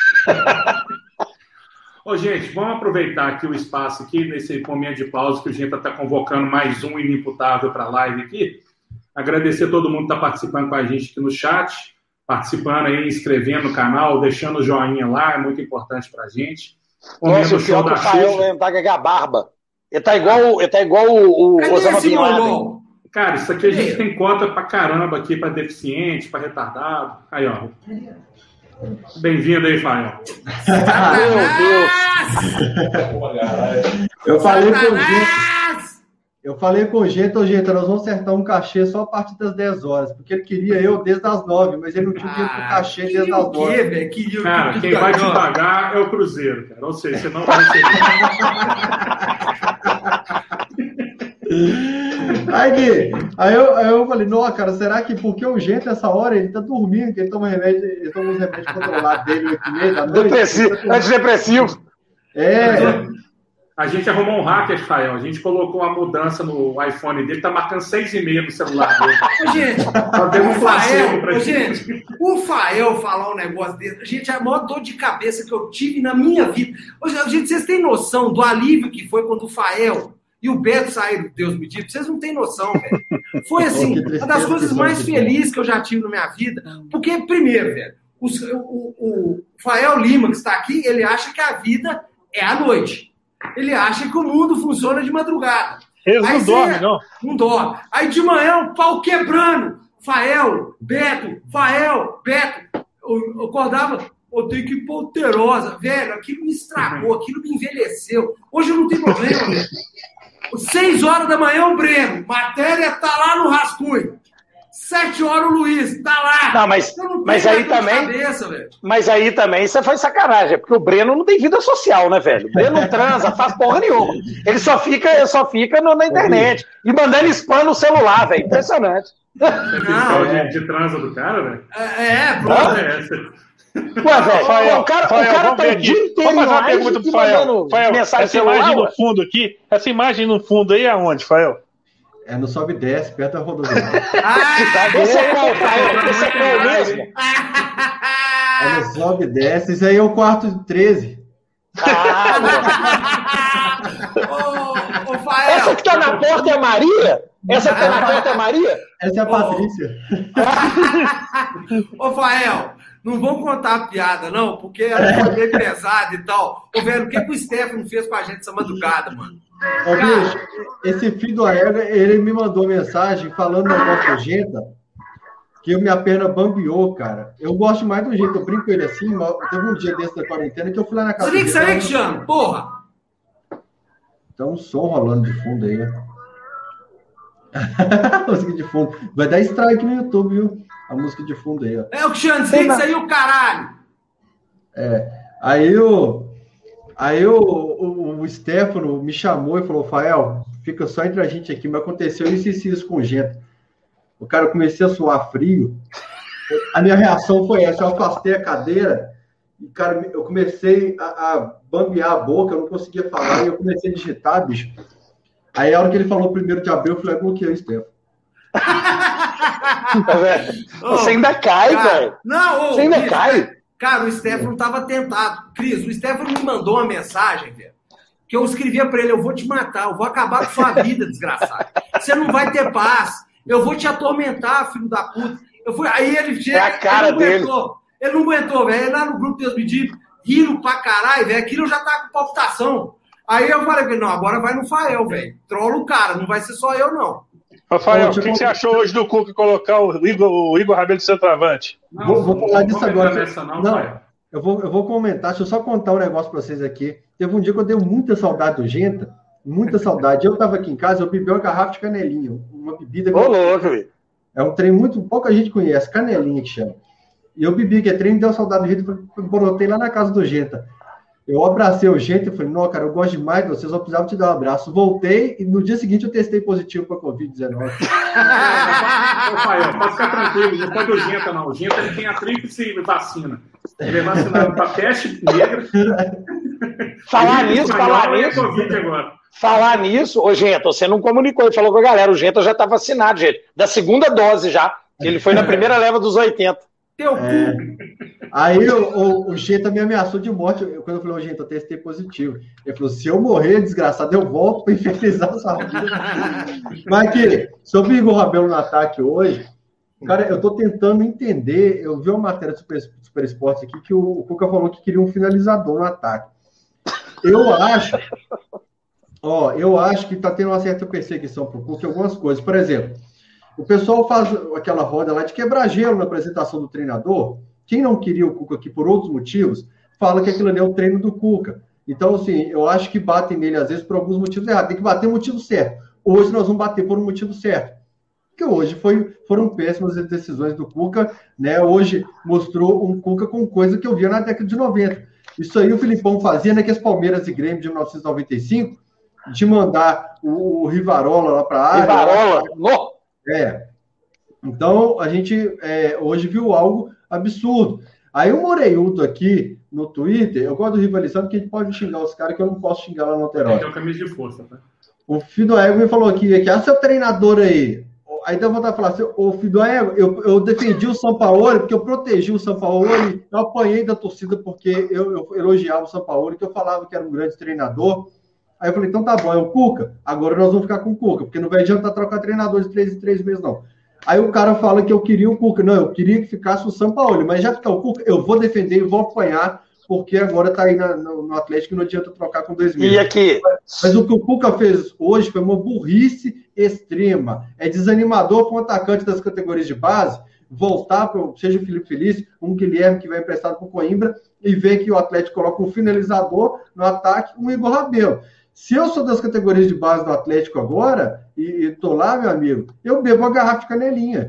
Ô, gente, vamos aproveitar aqui o espaço aqui, nesse momento de pausa, que a gente está convocando mais um inimputável para a live aqui. Agradecer a todo mundo que está participando com a gente aqui no chat, participando aí, inscrevendo no canal, deixando o joinha lá, é muito importante para a gente. Nossa, o show da Xuxa. Tá com a barba. Ele tá igual o Osama Bin Laden. Cara, isso aqui a gente tem cota pra caramba aqui, pra deficiente, pra retardado. Aí, ó. Bem-vindo aí, Fael. Meu Deus. Eu falei com o Genta, nós vamos acertar um cachê só a partir das 10 horas, porque ele queria eu desde as 9, mas ele não tinha dinheiro pro cachê desde as 9. Cara, quem vai te pagar é o Cruzeiro, cara. Ou seja, você não vai receber. Aí eu falei, não, cara, será que porque o Genta essa hora ele tá dormindo, que ele toma remédio, ele toma uns remédios controlados dele aqui meio da noite. Antidepressivo. A gente arrumou um hacker, Fael. A gente colocou a mudança no iPhone dele, tá marcando 6,5 no celular dele. O Fael falar um negócio desse, gente, é a maior dor de cabeça que eu tive na minha vida. Gente, vocês têm noção do alívio que foi quando o Fael e o Beto saíram, Deus me diga, vocês não têm noção, velho. Foi assim, uma das coisas mais felizes que eu já tive na minha vida. Porque, primeiro, velho, o Fael Lima, que está aqui, ele acha que a vida é à noite. Ele acha que o mundo funciona de madrugada. Eles não dormem, não. Não dorme. Aí de manhã o pau quebrando. Fael, Beto. Eu acordava, eu tenho que ir Polterosa. Velho, aquilo me estragou, aquilo me envelheceu. Hoje eu não tenho problema, velho. 6 horas da manhã o Breno. Matéria tá lá no rascunho. 7 horas o Luiz, tá lá. Não, mas aí também. Cabeça, mas aí também isso foi sacanagem, porque o Breno não tem vida social, né, velho? O Breno não transa, faz porra nenhuma. Ele só fica na internet. E mandando spam no celular, velho. Impressionante. De transa do cara, velho? Pronto. Ué, velho, o cara tá o dia inteiro. Vamos fazer uma pergunta pro Fael. Essa imagem no fundo aqui, essa imagem no fundo aí é aonde, Fael? É no sobe e desce, perto da rodovia. Esse é qual, Fael? Esse é qual mesmo? É no sobe e desce. Isso aí é o quarto 13. Ô, Fael. Essa que tá na porta é a Maria? Essa que tá na porta é a Maria? Essa é a Patrícia. Ô, Fael, não vamos contar a piada, não, porque ela foi meio pesada e tal. Ô, velho, o que o Stefano fez com a gente essa madrugada, mano? Ô, bicho, esse filho do Aega, ele me mandou mensagem falando no negócio do Genta, que minha perna bambeou, cara. Eu gosto mais do Genta, eu brinco com ele assim, mas teve um dia desse da quarentena que eu fui lá na casa dele. Você que chama, porra! Tem um som rolando de fundo aí, né? Música de fundo. Vai dar strike no YouTube, viu? A música de fundo aí, ó. É o Cristiano, desliga isso aí, o caralho! Aí o Stefano me chamou e falou, Fael, fica só entre a gente aqui, mas aconteceu isso com o Genta. O cara, eu comecei a suar frio, a minha reação foi essa, eu afastei a cadeira e, cara, eu comecei a bambear a boca, eu não conseguia falar, e eu comecei a digitar, bicho. Aí a hora que ele falou 1º de abril, eu falei, bloqueei o Stefano. Você ainda cai, velho. Não, você ainda cai. Cara, o Stefano tava tentado. Cris, o Stefano me mandou uma mensagem, velho, que eu escrevia pra ele, eu vou te matar, eu vou acabar com sua vida, desgraçado. Você não vai ter paz. Eu vou te atormentar, filho da puta. Aí ele a cara dele. Ele não aguentou, velho. Ele lá no grupo Deus me diz, rindo pra caralho, velho. Aquilo já tá com palpitação. Aí eu falei, não, agora vai no Fael, velho. Trola o cara, não vai ser só eu, não. Rafael, o que você achou hoje do Cuca colocar o Igor Rabelo de centroavante? Vou falar disso agora. Eu vou comentar, deixa eu só contar um negócio pra vocês aqui. Teve um dia que eu dei muita saudade do Genta, muita saudade. Eu tava aqui em casa, eu bebi uma garrafa de canelinha, uma bebida... Ô, louco, velho. É um trem muito... Pouca gente conhece, canelinha que chama. E eu bebi, que é trem, me deu saudade do Genta, brotei lá na casa do Genta. Eu abracei o Genta e falei, não, cara, eu gosto demais de você, só precisava te dar um abraço. Voltei e no dia seguinte eu testei positivo para Covid-19. Rafael, pode ficar tranquilo, não pode o Genta, não. O Genta ele tem a tríplice vacina. Ele é vacinado para peste negra, Falar nisso, ô Gento, você não comunicou, ele falou com a galera, o Gento já tá vacinado, gente, da segunda dose já, que ele foi na primeira leva dos 80. Aí o Gento me ameaçou de morte, quando eu falei, ô Gento, eu testei positivo. Ele falou, se eu morrer, desgraçado, eu volto para infernizar a sua vida. Mas aqui, sobre o Igor Rabelo no ataque hoje, cara, eu tô tentando entender, eu vi uma matéria do Super Esportes aqui, que o Cuca falou que queria um finalizador no ataque. Eu acho que tá tendo uma certa perseguição pro Cuca em algumas coisas. Por exemplo, o pessoal faz aquela roda lá de quebrar gelo na apresentação do treinador. Quem não queria o Cuca aqui por outros motivos, fala que aquilo ali é o treino do Cuca. Então, assim, eu acho que batem nele, às vezes, por alguns motivos errados. Tem que bater o motivo certo. Hoje nós vamos bater por um motivo certo. Porque hoje foram péssimas as decisões do Cuca, né? Hoje mostrou um Cuca com coisa que eu via na década de 90. Isso aí o Filipão fazia naqueles Palmeiras e Grêmio de 1995, de mandar o Rivarola lá para a área. Rivarola? Então, a gente hoje viu algo absurdo. Aí o Moreiudo aqui no Twitter, eu gosto do Rivalizando, porque a gente pode xingar os caras que eu não posso xingar lá no Alterosa. É uma camisa de força, tá? O Fidoego me falou aqui, seu treinador aí. Aí deu vontade de falar assim, ô Fidoego, eu defendi o Sampaoli, porque eu protegi o Sampaoli, eu apanhei da torcida porque eu elogiava o Sampaoli, que eu falava que era um grande treinador. Aí eu falei, então tá bom, é o Cuca? Agora nós vamos ficar com o Cuca, porque não vai adiantar trocar treinador de 3 em 3 meses, não. Aí o cara fala que eu queria o Cuca. Não, eu queria que ficasse o Sampaoli, mas já que tá o Cuca, eu vou defender e vou apanhar, porque agora tá aí no Atlético e não adianta trocar com 2 meses. E aqui? Mas o que o Cuca fez hoje foi uma burrice extrema. É desanimador para um atacante das categorias de base voltar, seja o Felipe Felício, um Guilherme que vai emprestado para o Coimbra, e ver que o Atlético coloca um finalizador no ataque, um Igor Rabelo. Se eu sou das categorias de base do Atlético agora, e tô lá, meu amigo, eu bebo uma garrafa de canelinha.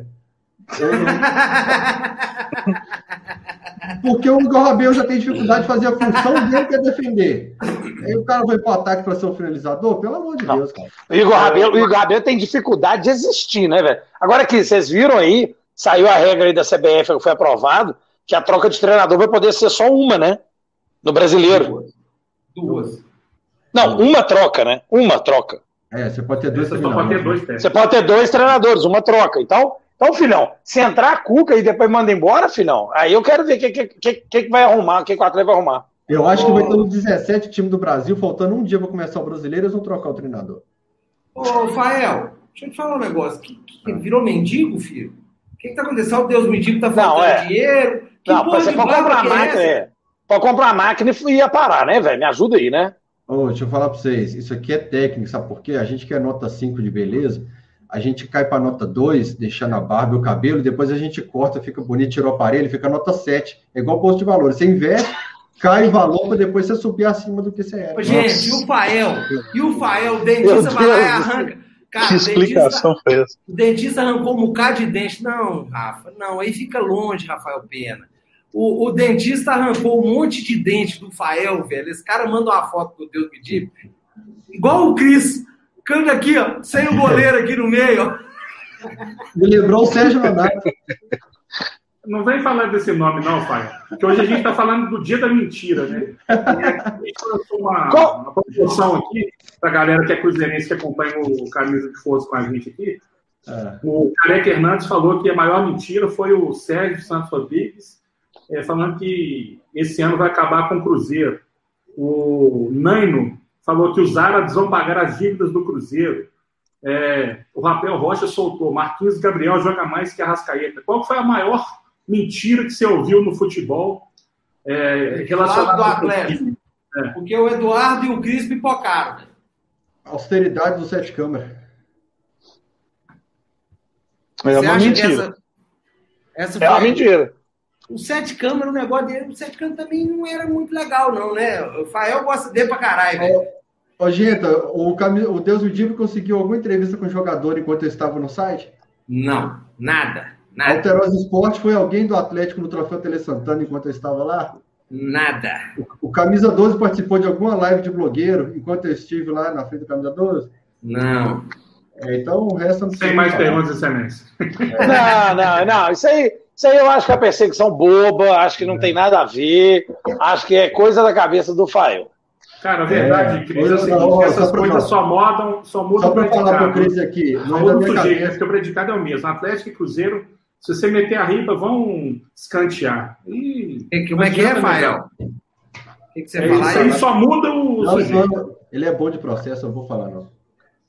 Porque o Igor Rabelo já tem dificuldade de fazer a função dele, que é defender. Aí o cara vai pro ataque para ser um finalizador? Pelo amor de Deus, cara. O Igor Rabelo tem dificuldade de existir, né, velho? Agora aqui, vocês viram aí, saiu a regra aí da CBF, que foi aprovado, que a troca de treinador vai poder ser só uma, né? No brasileiro. Duas. Não, uma troca, né? Uma troca. Você pode ter 2 treinadores. Você pode ter 2 treinadores, uma troca. Então, filhão, se entrar a Cuca e depois manda embora, filhão, aí eu quero ver o que vai arrumar, o que o Atlético vai arrumar. Eu acho que vai ter uns 17 times do Brasil, faltando um dia para começar o brasileiro, eles vão trocar o treinador. Ô, Fael, deixa eu te falar um negócio. Que virou mendigo, filho? O que tá acontecendo? O Deus me diga que tá faltando dinheiro. Você pode comprar a máquina, pode comprar a máquina e ia parar, né, velho? Me ajuda aí, né? Deixa eu falar para vocês, isso aqui é técnico, sabe por quê? A gente quer nota 5 de beleza, a gente cai para nota 2, deixando a barba e o cabelo, depois a gente corta, fica bonito, tirou o aparelho, fica nota 7. É igual posto de valor. Você investe, cai o valor para depois você subir acima do que você era. Gente, e o Fael, o dentista vai lá e arranca. Cara, que explicação foi essa? O dentista arrancou um bocado de dente. Não, Rafa, não, aí fica longe, Rafael Pena. O dentista arrancou um monte de dente do Fael, velho. Esse cara manda uma foto do Deus me diga. Igual o Cris. Canga aqui, ó, sem o goleiro aqui no meio, ó. Me lembrou o Sérgio Nonato. Não vem falar desse nome, não, Fael. Porque hoje a gente está falando do dia da mentira, né? A gente lançou uma promoção aqui para a galera que é cruzeirense, que acompanha o Camisa de Força com a gente aqui. O Careca Hernandes falou que a maior mentira foi o Sérgio Santos Rodrigues, falando que esse ano vai acabar com o Cruzeiro. O Naino falou que os árabes vão pagar as dívidas do Cruzeiro. O Rafael Rocha soltou: Marquinhos Gabriel joga mais que a Arrascaeta. Qual foi a maior mentira que você ouviu no futebol relacionado ao Atlético? Porque o Eduardo e o Cris pipocaram. Austeridade do Sete Câmara. É uma mentira. Essa é uma mentira. O Sete Câmara, o negócio dele, o Sete Câmara também não era muito legal, não, né? O Fael gosta dele pra caralho, velho. Genta, o Deus me diga, conseguiu alguma entrevista com o jogador enquanto eu estava no site? Não, nada. Alterosa Esporte foi alguém do Atlético no Troféu Tele Santana enquanto eu estava lá? Nada. O Camisa 12 participou de alguma live de blogueiro enquanto eu estive lá na frente do Camisa 12? Não. Então o resto não sei. Sem mais perguntas, excelência. Não. Isso aí eu acho que é perseguição boba, acho que não tem nada a ver, acho que é coisa da cabeça do Fael. Cara, a verdade, Cris, é o seguinte, essas coisas só mudam só para falar para o Cris aqui. Só muda o sujeito, porque o predicado é o mesmo. Atlético e Cruzeiro, se você meter a riba, vão escantear. Como é que é, Rafael? O que você fala? Isso aí só muda o sujeito. Ele é bom de processo, eu não vou falar, não.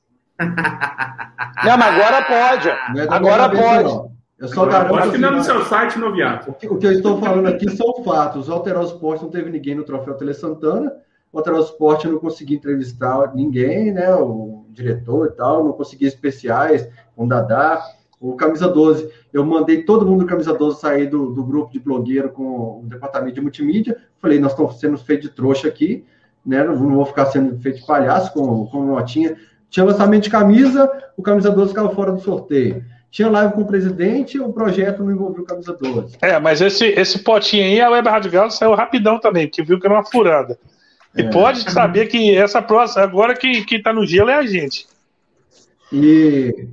Não, mas agora pode. Agora pode. Eu só garanto. Pode assinar no seu site, Noviato. O que eu estou falando aqui são fatos. O Alterosa Esporte não teve ninguém no Troféu Tele Santana. O Alterosa Esporte eu não consegui entrevistar ninguém, né? O diretor e tal, não consegui especiais com o Dadá. O Camisa 12, eu mandei todo mundo do Camisa 12 sair do grupo de blogueiro com o departamento de multimídia. Falei, nós estamos sendo feitos de trouxa aqui, né? Não vou ficar sendo feito de palhaço com notinha. Tinha lançamento de camisa, o Camisa 12 ficava fora do sorteio. Tinha live com o presidente, o projeto não envolveu o Camisa 12. Mas esse potinho aí, a Web Rádio Galo saiu rapidão também, porque viu que era uma furada. E pode saber que essa próxima, agora que tá no gelo é a gente. E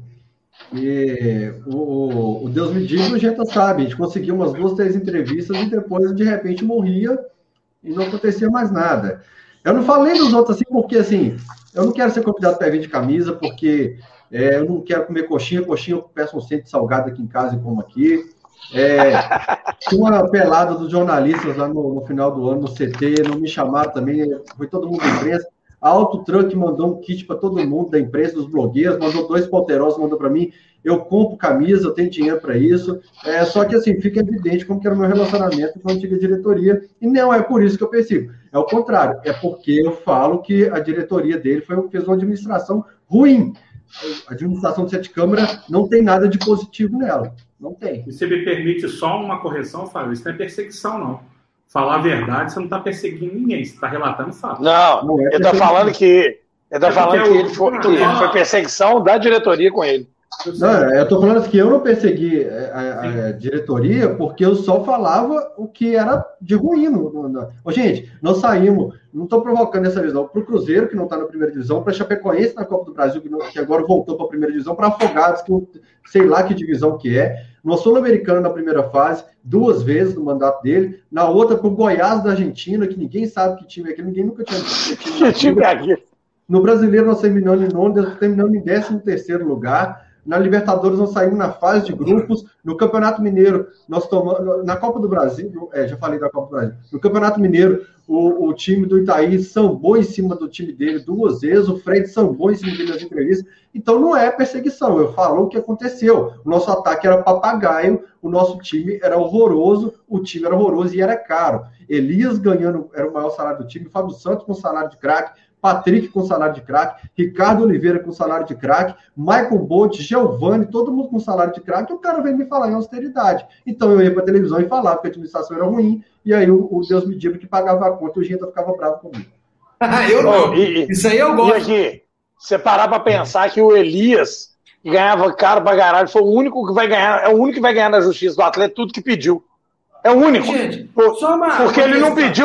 o Deus me diz, o Jeta sabe, a gente conseguiu umas 2, 3 entrevistas e depois, de repente, morria e não acontecia mais nada. Eu não falei dos outros assim, porque assim, eu não quero ser convidado para evento de camisa, porque eu não quero comer coxinha, eu peço um centro de salgado aqui em casa e como aqui. Tinha uma pelada dos jornalistas lá no final do ano, no CT, não me chamaram também, foi todo mundo da imprensa. A Auto Truck mandou um kit para todo mundo da imprensa, dos blogueiros, mandou 2 polterosos, mandou para mim. Eu compro camisa, eu tenho dinheiro para isso. Só que assim, fica evidente como que era o meu relacionamento com a antiga diretoria. E não é por isso que eu persigo. É o contrário. É porque eu falo que a diretoria dele fez uma administração ruim. A administração do Sete Câmara não tem nada de positivo nela. Não tem. E se me permite só uma correção, Fábio, isso não é perseguição, não. Falar a verdade, você não está perseguindo ninguém, você está relatando fato. Não, eu estou falando que ele foi perseguição da diretoria com ele. Não, eu estou falando que eu não persegui a diretoria porque eu só falava o que era de ruim. Gente, nós saímos, não estou provocando dessa vez não, para o Cruzeiro, que não está na primeira divisão, para a Chapecoense na Copa do Brasil, que agora voltou para a primeira divisão, para Afogados, que eu sei lá que divisão que é, no Sul-Americano na primeira fase, 2 vezes no mandato dele, na outra para o Goiás da Argentina, que ninguém sabe que time é aquele, ninguém nunca tinha time aqui. No Brasileiro nós terminamos em 9º, terminamos em 13º lugar. Na Libertadores nós saímos na fase de grupos. No Campeonato Mineiro, nós tomamos. Na Copa do Brasil, já falei da Copa do Brasil. No Campeonato Mineiro, o time do Itaí sambou em cima do time dele 2 vezes. O Fred sambou em cima dele nas entrevistas. Então não é perseguição. Eu falo o que aconteceu. O nosso ataque era papagaio, o nosso time era horroroso, o time era horroroso e era caro. Elias ganhando, era o maior salário do time. Fábio Santos com salário de craque. Patrick com salário de craque, Ricardo Oliveira com salário de craque, Michael Bolt, Giovanni, todo mundo com salário de craque, e o cara veio me falar em austeridade. Então eu ia para a televisão e falava que a administração era ruim, e aí o Deus me diga que pagava a conta e o Genta ficava bravo comigo. Eu não. Isso aí eu gosto. E aqui, você parar para pensar que o Elias, que ganhava caro pra caralho, foi o único que vai ganhar, é o único que vai ganhar na justiça do Atlético tudo que pediu. É o único. Gente, porque ele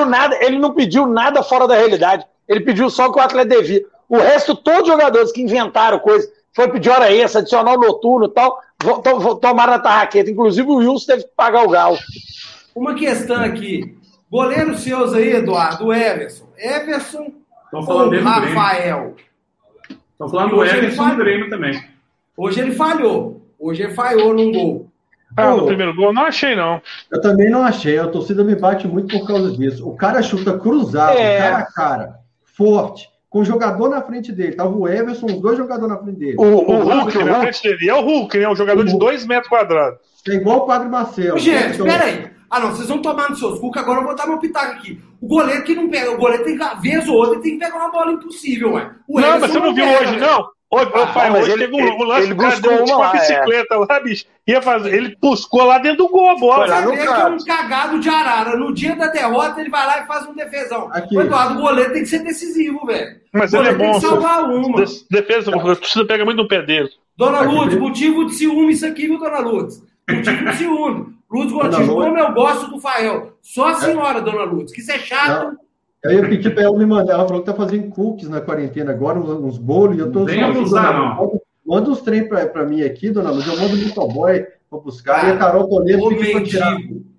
não pediu nada fora da realidade. Ele pediu só o que o atleta devia. O resto, todos os jogadores que inventaram coisa, foi pedir hora extra, adicional noturno e tal, tomaram a tarraqueta. Inclusive o Wilson teve que pagar o galo. Uma questão aqui. Goleiros seus aí, Eduardo, o Everson. Everson ou Rafael? Estão falando do Everson e do Grêmio também. Hoje ele falhou. Hoje ele falhou num gol. No primeiro gol, não achei, não. Eu também não achei. A torcida me bate muito por causa disso. O cara chuta cruzado, cara a cara. Forte, com o jogador na frente dele. Tava o Everson, os 2 jogadores na frente dele. O Hulk na frente dele. É o Hulk, né? Um jogador de 2 metros quadrados. É igual o Padre Marcelo. Gente, peraí. Não, vocês vão tomar nos seus cu, que agora eu vou dar meu pitaco aqui. O goleiro que não pega, o goleiro tem que, vez ou outra, tem que pegar uma bola impossível, ué. Não, mas você não viu hoje, não? Hoje teve um lance que o cara deu uma bicicleta lá, bicho. Ele buscou lá dentro do gol a bola. Você vê que é um cagado de arara. No dia da derrota, ele vai lá e faz um defesão. O Eduardo, o goleiro tem que ser decisivo, velho. Mas ele é bom. Tem que salvar uma. Defesa, precisa pegar muito no pé dele. Dona Lourdes, motivo de ciúme isso aqui, viu, Dona Lourdes? Motivo de ciúme. Lourdes Gontijo, como eu gosto do Fael. Só a senhora, Dona Lourdes, que isso é chato. Não. Eu ia pedir para ela me mandar. Ela falou que tá fazendo cookies na quarentena agora, uns bolos. Eu tô nem abusar, não. Manda uns trem para mim aqui, Dona Luz. Eu mando o motoboy para buscar. E a Carol Toledo fica para tirar.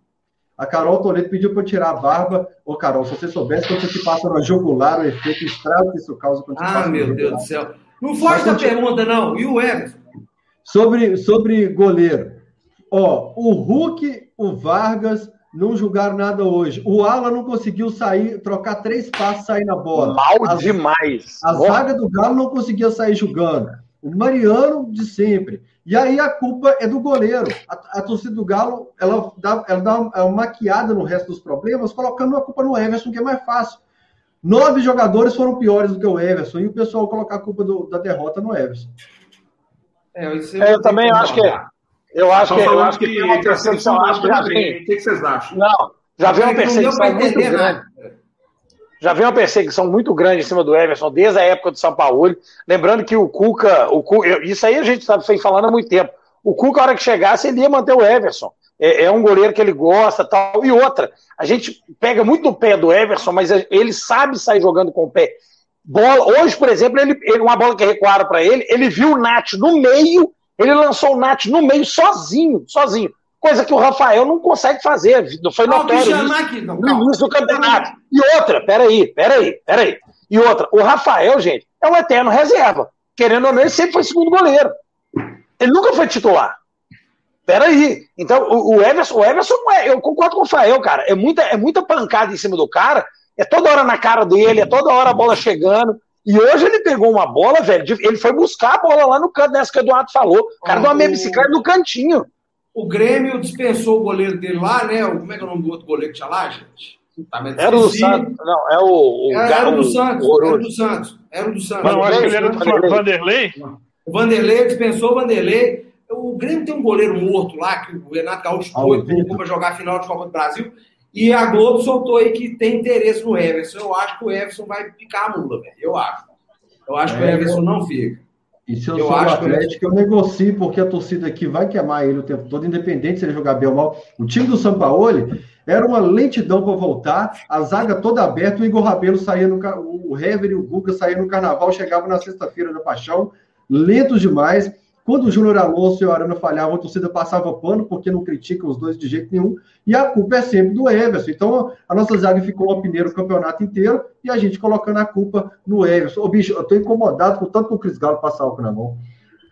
A Carol Toledo pediu para eu tirar a barba. Ô, Carol, se você soubesse quando você se passa no jugular, o efeito estrago que isso causa quando você passa no meu jugular. Deus do céu. Não foge da pergunta, não. E o Everson? Sobre goleiro. Ó, o Hulk, o Vargas não jogaram nada hoje. O Alan não conseguiu trocar 3 passos e sair na bola. Mal demais. A zaga do Galo não conseguia sair jogando. O Mariano de sempre. E aí a culpa é do goleiro. A torcida do Galo, ela dá uma maquiada no resto dos problemas, colocando a culpa no Everson, que é mais fácil. 9 jogadores foram piores do que o Everson, e o pessoal colocar a culpa da derrota no Everson. Eu também acho que... Eu acho que tem uma percepção... O que vocês acham? Não, já veio uma percepção muito grande. Já veio uma perseguição muito grande em cima do Everson, desde a época do São Paulo. Lembrando que o Cuca... Isso aí a gente vem falando há muito tempo. O Cuca, a hora que chegasse, ele ia manter o Everson. É um goleiro que ele gosta, tal. E outra, a gente pega muito no pé do Everson, mas ele sabe sair jogando com o pé. Hoje, por exemplo, uma bola que recuaram para ele viu o Nath no meio, ele lançou o Nath no meio sozinho. Coisa que o Rafael não consegue fazer. Foi notório isso no início do campeonato. E outra, peraí. E outra, o Rafael, gente, é um eterno reserva. Querendo ou não, ele sempre foi segundo goleiro. Ele nunca foi titular. Peraí. Então, o Everson não é... Eu concordo com o Rafael, cara. É muita pancada em cima do cara. É toda hora na cara dele, é toda hora a bola chegando. E hoje ele pegou uma bola, velho, ele foi buscar a bola lá no canto, nessa que o Eduardo falou. O cara deu uma meia bicicleta no cantinho. O Grêmio dispensou o goleiro dele lá, né? Como é que é o nome do outro goleiro que tinha lá, gente? Era o do Santos. Não, é o Era o do Santos. Não, acho que ele era do Vanderlei. O Vanderlei dispensou o Vanderlei. O Grêmio tem um goleiro morto lá, que o Renato Gaúcho colocou para jogar a final de Copa do Brasil. E a Globo soltou aí que tem interesse no Everson. Eu acho que o Everson vai picar a mula, velho. Eu acho que o Everson não fica. E se eu sou o Atlético, eu negocio, porque a torcida aqui vai queimar ele o tempo todo, independente se ele jogar bem ou mal. O time do Sampaoli era uma lentidão para voltar, a zaga toda aberta, o Igor Rabelo saía o Hever e o Guga saíam no Carnaval, chegavam na sexta-feira da Paixão, lentos demais. Quando o Júnior Alonso e o Arana falhavam, a torcida passava pano, porque não critica os dois de jeito nenhum, e a culpa é sempre do Everson. Então, a nossa zaga ficou uma peneira o campeonato inteiro, e a gente colocando a culpa no Everson. Ô, bicho, eu tô incomodado com tanto que o Cris Galo passar álcool na mão.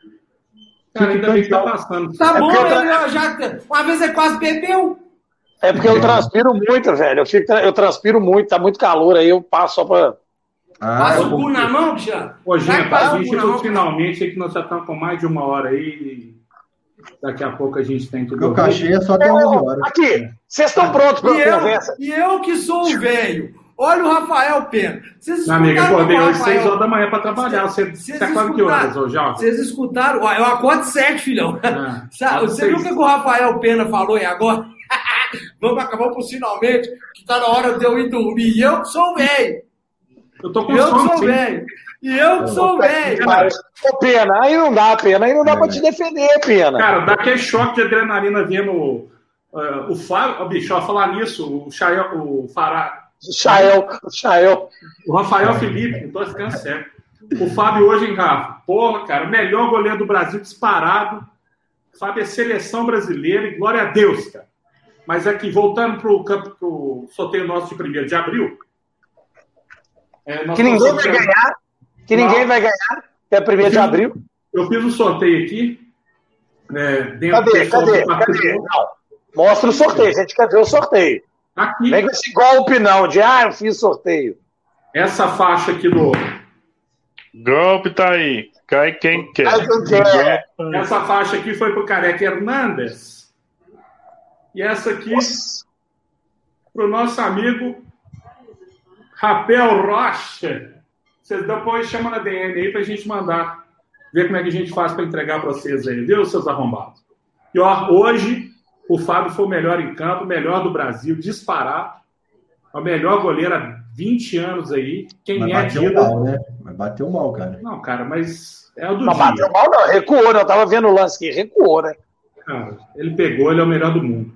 Cara, ainda bem que tá passando. Tá bom, uma vez ele quase bebeu. É porque eu transpiro muito, velho. Eu transpiro muito, tá muito calor aí, eu passo só pra... Passa o cu na mão, Cristiano. Ô, gente, a gente finalmente é que nós já estamos com mais de 1 hora aí e daqui a pouco a gente tem tudo. Meu cachê é só até 11 horas. Aqui, vocês estão prontos para a conversa? E eu que sou o velho. Olha o Rafael Pena. Minha amiga, eu acordei hoje 6 horas da manhã para trabalhar. Você acorda que horas, ô, João? Vocês escutaram? Eu acordo 7, filhão. Você viu o que o Rafael Pena falou aí agora? Vamos acabar por finalmente, que tá na hora de eu ir dormir. E eu que sou o velho. Eu tô com sono, sim. E eu que sou velho. Pena, aí não dá pra te defender, Pena. Cara, dá aquele choque de adrenalina vendo o Fábio, bicho, ó, falar nisso, o Chael, o Rafael Felipe, não tô ficando sério. O Fábio hoje, hein, Rafa? Porra, cara, melhor goleiro do Brasil disparado. O Fábio é seleção brasileira e glória a Deus, cara. Mas aqui, voltando pro sorteio nosso de 1º de abril, que ninguém vai ganhar. Que ninguém vai ganhar. Que é 1º de abril. Eu fiz um sorteio aqui. Cadê? Não. Mostra o sorteio. A gente quer ver o sorteio. Aqui. Não é esse golpe, não. Eu fiz sorteio. Essa faixa aqui do... Golpe tá aí. Cai quem quer. Essa faixa aqui foi pro Careca Hernandes. E essa aqui pro nosso amigo Rapel Rocha. Vocês depois chamam na DM aí pra gente mandar. Ver como é que a gente faz pra entregar pra vocês aí. Viu, seus arrombados? E ó, hoje o Fábio foi o melhor em campo, o melhor do Brasil, disparado. O melhor goleiro há 20 anos aí. Quem é Dida... mal, né? Mas bateu mal, cara. Não, cara, mas é o do não, dia. Bateu mal não, recuou, né? Eu tava vendo o lance aqui, recuou, né? Cara, ele pegou, ele é o melhor do mundo.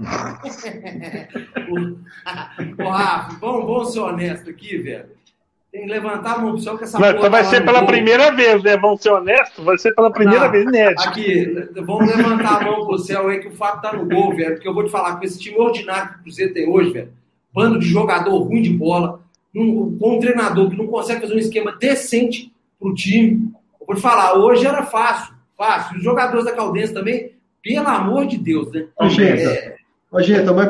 Ô, Rafa, vamos ser honestos aqui, velho. Tem que levantar a mão pro céu que essa Não, então vai ser pela primeira vez, né? Vamos ser honestos, vai ser pela primeira vez, inédito. Aqui, vamos levantar a mão pro céu aí que o Fábio tá no gol, velho. Porque eu vou te falar, com esse time ordinário que o Cruzeiro tem hoje, velho, bando de jogador ruim de bola, com um treinador que não consegue fazer um esquema decente pro time. Eu vou te falar, hoje era fácil. Os jogadores da Caldense também, pelo amor de Deus, né? Gente, mas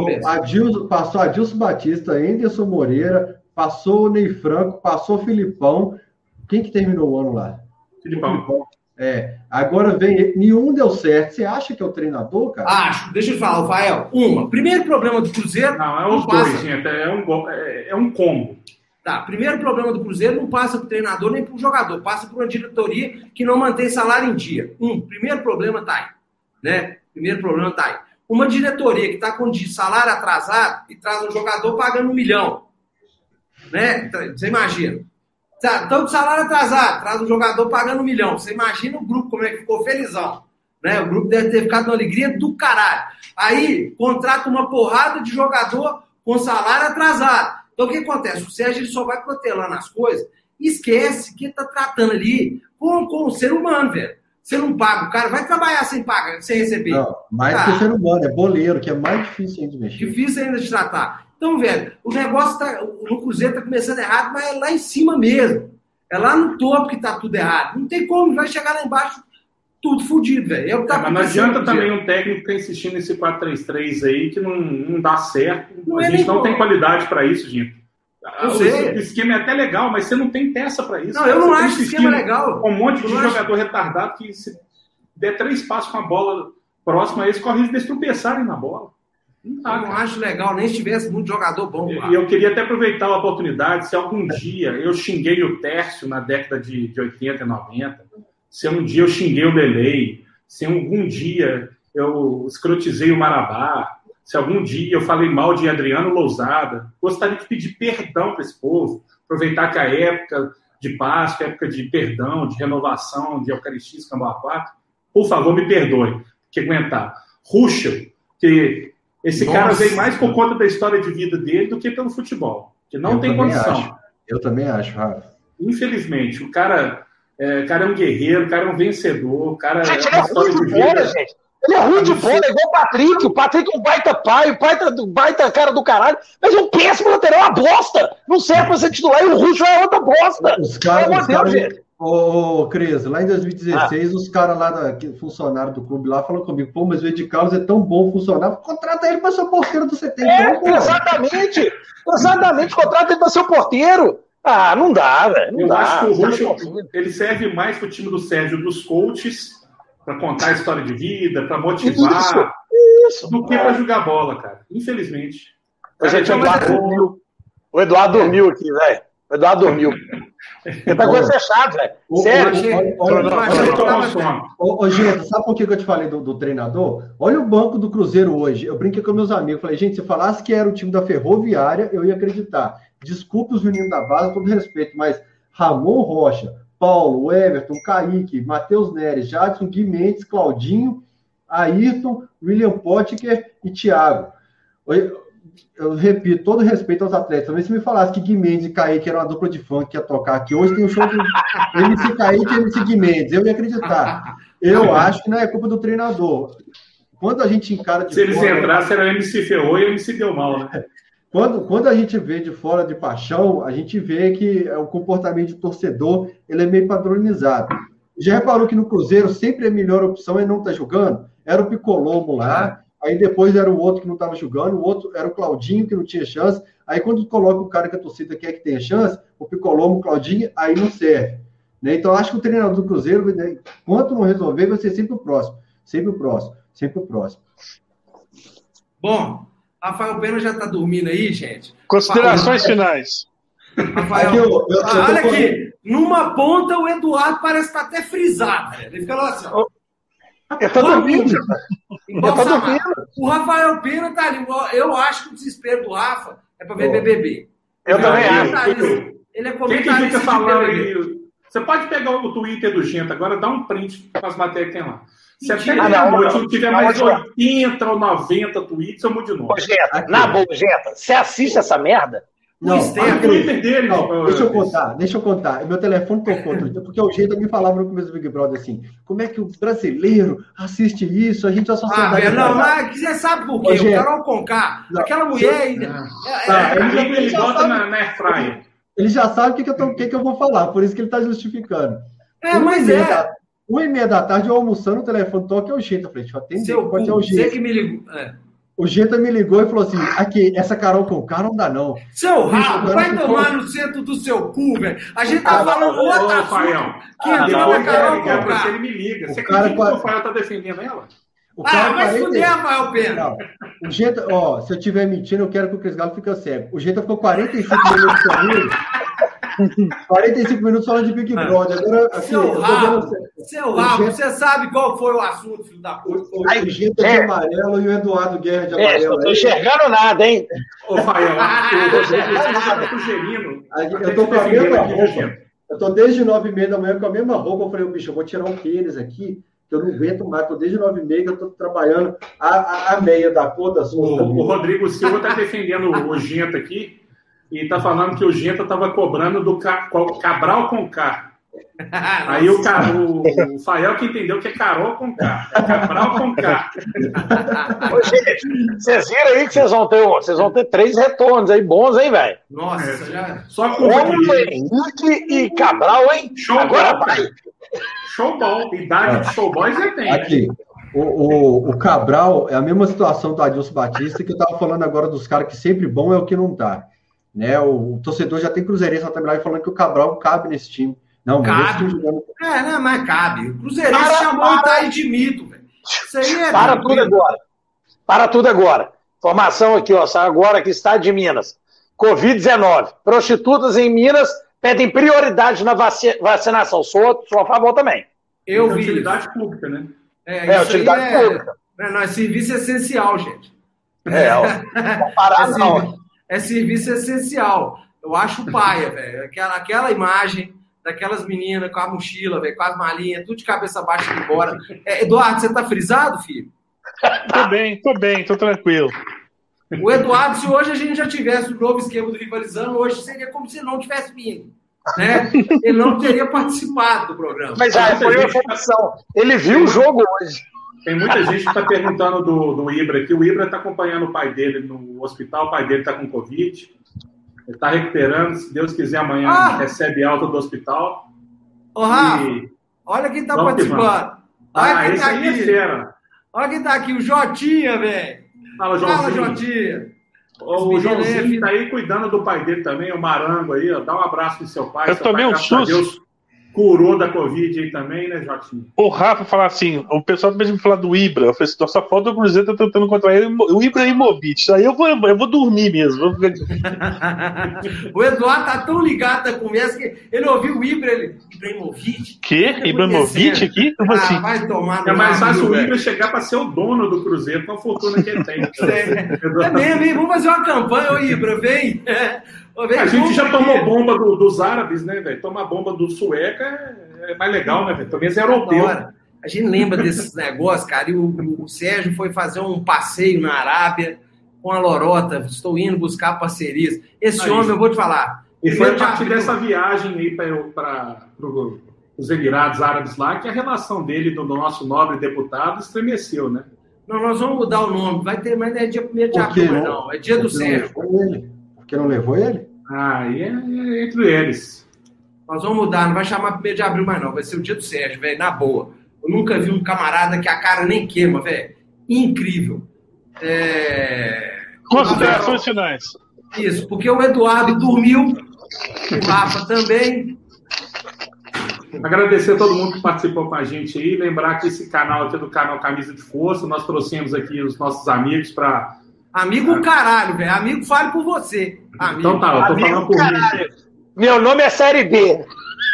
passou Adilson Batista, Anderson Moreira, passou o Ney Franco, passou o Filipão. Quem que terminou o ano lá? Filipão. Agora vem, nenhum deu certo. Você acha que é o treinador, cara? Acho. Deixa eu te falar, Rafael. Primeiro problema do Cruzeiro... Não, é os dois, gente. É um combo. Tá, primeiro problema do Cruzeiro não passa pro treinador nem pro jogador, passa por uma diretoria que não mantém salário em dia. Primeiro problema tá aí, né? Uma diretoria que tá com salário atrasado e traz um jogador pagando 1 milhão, né? Você imagina. Então, de salário atrasado, traz um jogador pagando 1 milhão. Você imagina o grupo como é que ficou felizão, né? O grupo deve ter ficado uma alegria do caralho. Aí, contrata uma porrada de jogador com salário atrasado. Então, o que acontece? O Sérgio ele só vai protelando as coisas e esquece que ele está tratando ali com o ser humano, velho. Você não paga, o cara vai trabalhar sem pagar, sem receber. Não, mais que ser humano, é boleiro, que é mais difícil ainda de mexer. Difícil ainda de tratar. Então, velho, o negócio no Cruzeiro está começando errado, mas é lá em cima mesmo. É lá no topo que está tudo errado. Não tem como, vai chegar lá embaixo tudo fodido, velho. Mas não adianta também um técnico ficar insistindo nesse 4-3-3 aí que não dá certo. A gente não tem qualidade para isso, gente. O esquema é até legal, mas você não tem peça para isso. Não, eu não acho o esquema legal. Um monte de jogador retardado que se der 3 passos com a bola próxima a eles, corre risco de tropeçarem na bola. Eu não acho legal, nem se tivesse muito jogador bom. E eu queria até aproveitar a oportunidade, se algum dia eu xinguei o Tércio na década de 80 e 90, se um dia eu xinguei o Delei, se algum dia eu escrotizei o Marabá, se algum dia eu falei mal de Adriano Lousada, gostaria de pedir perdão para esse povo, aproveitar que a época de Páscoa, época de perdão, de renovação, de Eucaristia, Escambau 4, por favor, me perdoe, que aguentar. Ruschel, que esse cara veio mais por conta da história de vida dele do que pelo futebol, que não tem condição. Eu também acho, Rafa. Infelizmente, o cara é um guerreiro, o cara é um vencedor, o cara gente, é uma história de vida. Gente. Ele é ruim de bola, é igual o Patrick. O Patrick é um baita pai, o baita cara do caralho, mas é um péssimo lateral, é uma bosta. Não serve pra ser titular e o Russo é outra bosta. Os caras, ô, Cris, lá em 2016, os caras lá, funcionário do clube lá, falaram comigo, pô, mas o Ed Carlos é tão bom funcionário, contrata ele pra ser o porteiro do CT. Exatamente, contrata ele pra ser o porteiro. Ah, não dá, velho. Eu acho que o Russo, ele serve mais pro time do Sérgio dos coaches, para contar a história de vida, para motivar, isso, do que para jogar bola, cara. Infelizmente. O Eduardo dormiu aqui, velho. O Eduardo dormiu. Ele tá com ele fechado, velho. Sério? Ô, gente, sabe por que eu te falei do treinador? Olha o banco do Cruzeiro hoje. Eu brinquei com meus amigos. Falei, gente, se falasse que era o time da Ferroviária, eu ia acreditar. Desculpe os meninos da base, com todo respeito, mas Ramon Rocha, Paulo, Everton, Kaique, Matheus Neres, Jadson, Gui Mendes, Claudinho, Ayrton, William Potker e Thiago. Eu repito, todo respeito aos atletas. Também se me falasse que Gui Mendes e Kaique eram uma dupla de funk que ia tocar aqui, hoje tem um show de MC Kaique e MC Gui Mendes, eu ia acreditar. Eu acho que não é culpa do treinador. Quando a gente encara de se eles entrassem, era o MC Ferrou e o MC Deu Mal, né? Quando a gente vê de fora de paixão, a gente vê que o comportamento de torcedor ele é meio padronizado. Já reparou que no Cruzeiro sempre a melhor opção é não estar jogando? Era o Picolomo lá, aí depois era o outro que não estava jogando, o outro era o Claudinho que não tinha chance, aí quando coloca o cara que a torcida quer que tenha chance, o Picolomo, o Claudinho, aí não serve. Né? Então acho que o treinador do Cruzeiro, né, enquanto não resolver, vai ser sempre o próximo. Sempre o próximo. Sempre o próximo. Bom, Rafael Pena já está dormindo aí, gente. Considerações finais. Rafael, olha aqui. Numa ponta, o Eduardo parece estar até frisado. Ele fica lá assim, ó. Ele tá dormindo. O Rafael Pena está ali. Eu acho que o desespero do Rafa é para ver BBB. Eu também acho. Ele é comentarista. Quem que fica falando aí? Você pode pegar o Twitter do Gento agora, dá um print com as matérias que tem lá. Se até meia-noite não tiver mais 80 ou 90 tweets, eu mudo de novo. Genta, na boa, Genta, você assiste essa merda? Não, dele, não, deixa eu contar. Meu telefone tocou outro dia, porque o jeito me falava no começo do Big Brother assim, como é que o brasileiro assiste isso? A gente é a sociedade... não, mas você sabe por quê? O Carol Conká, aquela mulher... Ele bota na airfryer. Ele já sabe o que eu vou falar, por isso que ele está justificando. Mas 1h30 da tarde, eu almoçando, o telefone toca, é o Genta. Eu falei, deixa eu atender, pode ser o Genta. Você que me ligou. O Genta me ligou e falou assim, aqui, essa Carol Conká não dá, não. Seu rabo, vai tomar no centro do seu cu, velho. A gente tá falando outro assunto. Que entrou na Carol Conká. Ele me liga. Você acredita que o Rafael tá defendendo ela? Vai fuder, Rafael Pena. O Genta, se eu estiver mentindo, eu quero que o Cris Galo fique cego. O Genta ficou 45 minutos comigo. 45 minutos falando de Big Brother. Agora, assim, seu rabo, você sabe qual foi o assunto, filho da puta? O Genta de amarelo e o Eduardo Guerra de amarelo. Não tô enxergando nada, hein? Ô, Fael, você sugerindo. Eu tô com a mesma roupa. Eu tô desde 9h30 da manhã com a mesma roupa. Eu falei, bicho, eu vou tirar um tênis aqui, que eu não aguento mais. Tô desde 9h30 que eu tô trabalhando a meia da cor da sua. O Rodrigo Silva tá defendendo o Genta aqui. E tá falando que o Genta tava cobrando do Cabral Conká. Aí o Fael que entendeu que é Carol Conká. É Cabral Conká. Gente, vocês viram aí que vocês vão ter 3 retornos aí bons, hein, velho? Nossa, já... Só com Henrique e Cabral, hein? Agora vai. Showball. Idade de showboy já tem. Aqui. Né? O Cabral é a mesma situação do Adilson Batista que eu tava falando agora dos caras que sempre bom é o que não tá. Né, o torcedor já tem cruzeirense na terminal falando que o Cabral cabe nesse time. Não, cabe. Mas cabe. O cruzeirense chamou o Itaí de mito, velho. Isso aí é. Para tudo agora. Informação aqui, sai agora que está de Minas. Covid-19. Prostitutas em Minas pedem prioridade na vacinação. Sou a favor também. Eu vi. Utilidade pública, né? Utilidade pública. Não, é serviço essencial, gente. Comparação. É serviço essencial. Eu acho paia, velho. Aquela imagem daquelas meninas com a mochila, velho, com as malinhas, tudo de cabeça baixa indo embora. Eduardo, você tá frisado, filho? Tô bem, tô tranquilo. O Eduardo, se hoje a gente já tivesse o novo esquema do Rivalizando, hoje seria como se não tivesse vindo. Né? Ele não teria participado do programa. Mas foi uma informação. Ele viu o jogo hoje. Tem muita gente que está perguntando do Ibra aqui. O Ibra está acompanhando o pai dele no hospital. O pai dele está com Covid. Ele está recuperando. Se Deus quiser, amanhã recebe alta do hospital. Ô, Rafa, olha quem está participando. Olha quem está aqui. Olha quem está aqui, o Jotinha, velho. Fala, Jotinha. O Joãozinho está aí cuidando do pai dele também, o Marango aí. Dá um abraço no seu pai. Eu tomei um susto. Deus curou da Covid aí também, né, Jotinho? O Rafa falar assim, o pessoal também me falar do Ibra. Eu falei assim, só falta o Cruzeiro tá tentando encontrar ele, o Ibrahimovic. Aí eu vou dormir mesmo. O Eduardo tá tão ligado na conversa que ele ouviu o Ibrahimovic. Que? Ibrahimovic aqui? Como assim? Vai tomar. É mais fácil o Ibra chegar para ser o dono do Cruzeiro, com a fortuna que ele tem. É mesmo, hein? Vamos fazer uma campanha, ô Ibra, vem. A gente já tomou bomba dos árabes, né, velho? Tomar bomba do sueca é mais legal, né, velho? Também é europeu. A gente lembra desses negócios, cara, e o Sérgio foi fazer um passeio na Arábia com a Lorota. Estou indo buscar parcerias. Esse homem, eu vou te falar. E foi a partir dessa viagem aí para os Emirados Árabes lá que a relação dele do nosso nobre deputado estremeceu, né? Não, nós vamos mudar o nome. Vai ter, mas não é dia 1º de abril, não. É dia do Sérgio. Porque não levou ele? Aí é entre eles. Nós vamos mudar, não vai chamar 1º de abril mais não, vai ser o dia do Sérgio, velho, na boa. Eu nunca vi um camarada que a cara nem queima, velho. Incrível. Considerações finais. Isso, porque o Eduardo dormiu, o Rafa também. Agradecer a todo mundo que participou com a gente aí, lembrar que esse canal aqui é do canal Camisa de Força, nós trouxemos aqui os nossos amigos para... Amigo caralho, velho. Amigo, fale por você. Amigo. Então tá, eu tô falando por mim. Meu nome é Série B.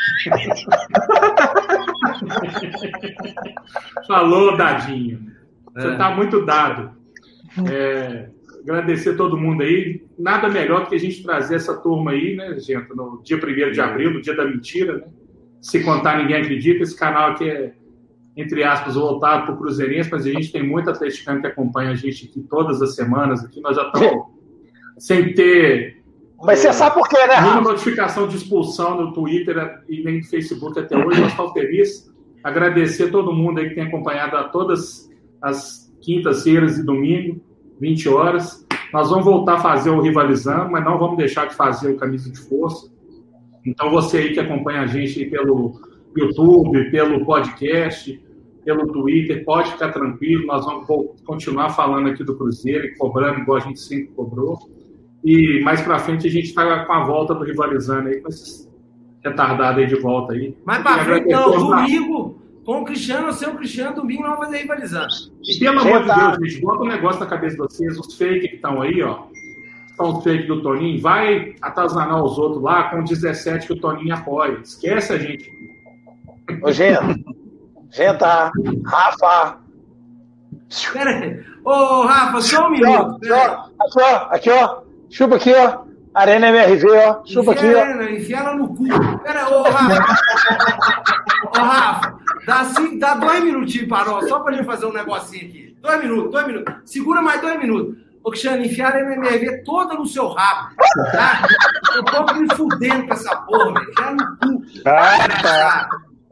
Falou, Dadinho. Você tá muito dado. Agradecer a todo mundo aí. Nada melhor do que a gente trazer essa turma aí, né, gente? No dia 1º de abril, no dia da mentira, né? Se contar, ninguém acredita. Esse canal aqui é, entre aspas, voltado para o Cruzeirense, mas a gente tem muito atleticano que acompanha a gente aqui todas as semanas. Aqui nós já estamos sem ter Mas você sabe por quê, né, Rafa? Rafa? Uma notificação de expulsão no Twitter e nem no Facebook até hoje, nós estamos felizes. Agradecer a todo mundo aí que tem acompanhado a todas as quintas-feiras e domingo, 20 horas. Nós vamos voltar a fazer o Rivalizando, mas não vamos deixar de fazer o Camisa de Força. Então, você aí que acompanha a gente aí pelo YouTube, pelo podcast, pelo Twitter, pode ficar tranquilo, nós vamos continuar falando aqui do Cruzeiro e cobrando igual a gente sempre cobrou. E mais pra frente a gente está com a volta do Rivalizando aí, com esses retardados aí de volta aí. Mais pra frente, não, domingo, com o Cristiano, ou sem o Cristiano, domingo nós vamos fazer Rivalizando. E pelo amor de Deus, gente, bota um negócio na cabeça de vocês, os fake que estão aí, ó, são os fake do Toninho, vai atazanar os outros lá com 17 que o Toninho apoia. Esquece a gente. Ô, Genta, Rafa. Pera aí. Ô, Rafa, só um minuto. Aqui, ó. Chupa aqui, ó. Arena MRV, ó. Chupa aqui, ó. Enfia ela no cu. Pera, ô, Rafa. Ô, Rafa, dá 2 minutinhos para nós, só pra gente fazer um negocinho aqui. 2 minutos. Segura mais 2 minutos. Ô, Cristiano, enfia a MRV toda no seu rabo, tá? Eu tô me fudendo com essa porra, velho. Enfia no cu. Tá.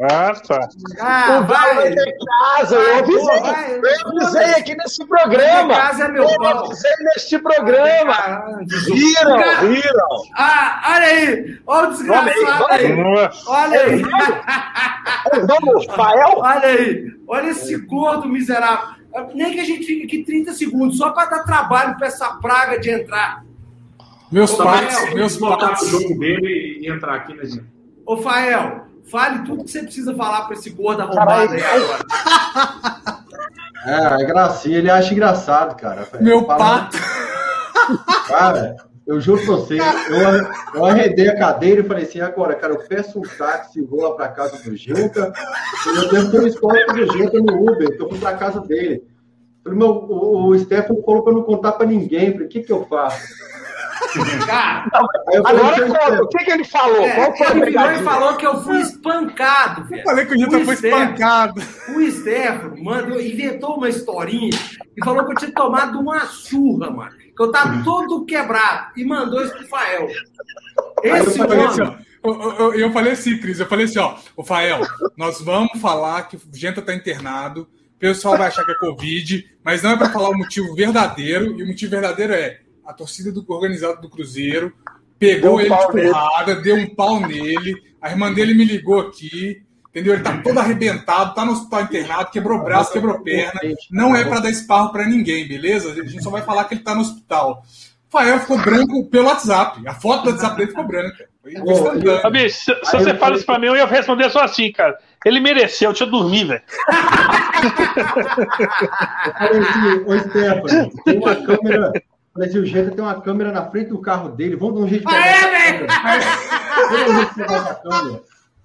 Vai ter casa, eu avisei aqui nesse programa. Casa é meu pau. Eu avisei neste programa. Viram. Olha aí. Olha o desgraçado aí. Olha aí. Vamos, Rafael. Olha aí. Olha esse gordo miserável. Nem que a gente fique aqui 30 segundos, só para dar trabalho para essa praga de entrar. Meus pais. Botar o jogo dele e entrar aqui, né, gente? Ô, Fael, fale tudo que você precisa falar para esse gordo arrombado aí agora. É gracinha, ele acha engraçado, cara. Meu pato. Cara, eu juro pra você, eu arredei a cadeira e falei assim, agora, cara, eu peço um táxi e vou lá pra casa do Genta, eu devo ter uma escola do Genta no Uber, então eu fui pra casa dele. Falei, o Stefano falou pra eu não contar pra ninguém, falei, o que eu faço? Cara, agora conta, o que ele falou? Qual foi ele falou que eu fui espancado, velho. Eu falei que o Genta foi espancado. O Stefano, mano, inventou uma historinha e falou que eu tinha tomado uma surra, mano. Que eu tava todo quebrado. E mandou isso pro Fael. Eu falei assim, Cris, ó, ô Fael, nós vamos falar que o Genta tá internado, o pessoal vai achar que é Covid, mas não é pra falar o motivo verdadeiro, e o motivo verdadeiro é a torcida organizada do Cruzeiro pegou ele de porrada, deu um pau nele, a irmã dele me ligou aqui, entendeu? Ele tá todo arrebentado, tá no hospital internado, quebrou braço, quebrou perna, não é pra dar esparro pra ninguém, beleza? A gente só vai falar que ele tá no hospital. O Fael ficou branco pelo WhatsApp, a foto do WhatsApp dele ficou branca. Bicho, se você fala isso pra mim, eu ia responder só assim, cara. Ele mereceu, deixa eu dormir, velho. Eu falei assim, ô Stefano, tem uma câmera... Falei assim, o Genta tem uma câmera na frente do carro dele. Vamos dar um jeito de pegar essa câmera.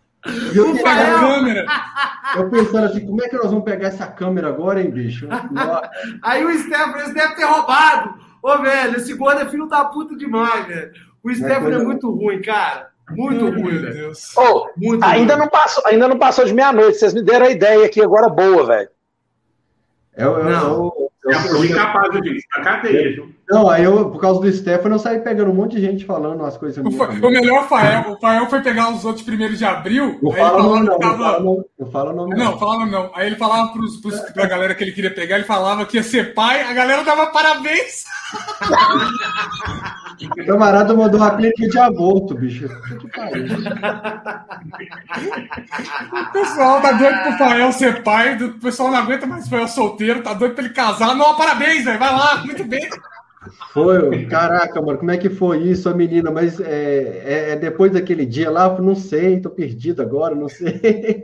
Eu pensando assim, como é que nós vamos pegar essa câmera agora, hein, bicho? Aí o Stefano, eles devem ter roubado. Ô, velho, esse gordo é filho da puta demais, velho. O Stefano é muito ruim, cara. Muito ruim, velho. Ainda não passou de meia-noite. Vocês me deram a ideia aqui agora boa, velho. Eu fui incapaz de disso, na cadeia, viu? Não, aí por causa do Stefano, eu saí pegando um monte de gente falando umas coisas. O melhor, o Fael foi pegar os outros 1º de abril. Não fala o nome. Não, falava não. Aí ele falava pra galera que ele queria pegar, ele falava que ia ser pai, a galera dava parabéns. O camarada mandou uma clínica de aborto, bicho. O pessoal tá doido pro Fael ser pai, o pessoal não aguenta mais o Fael solteiro, tá doido pra ele casar. Não, parabéns, velho, vai lá, muito bem. Foi, caraca, mano, como é que foi isso, a menina? Mas depois daquele dia lá, eu não sei, tô perdido agora, não sei.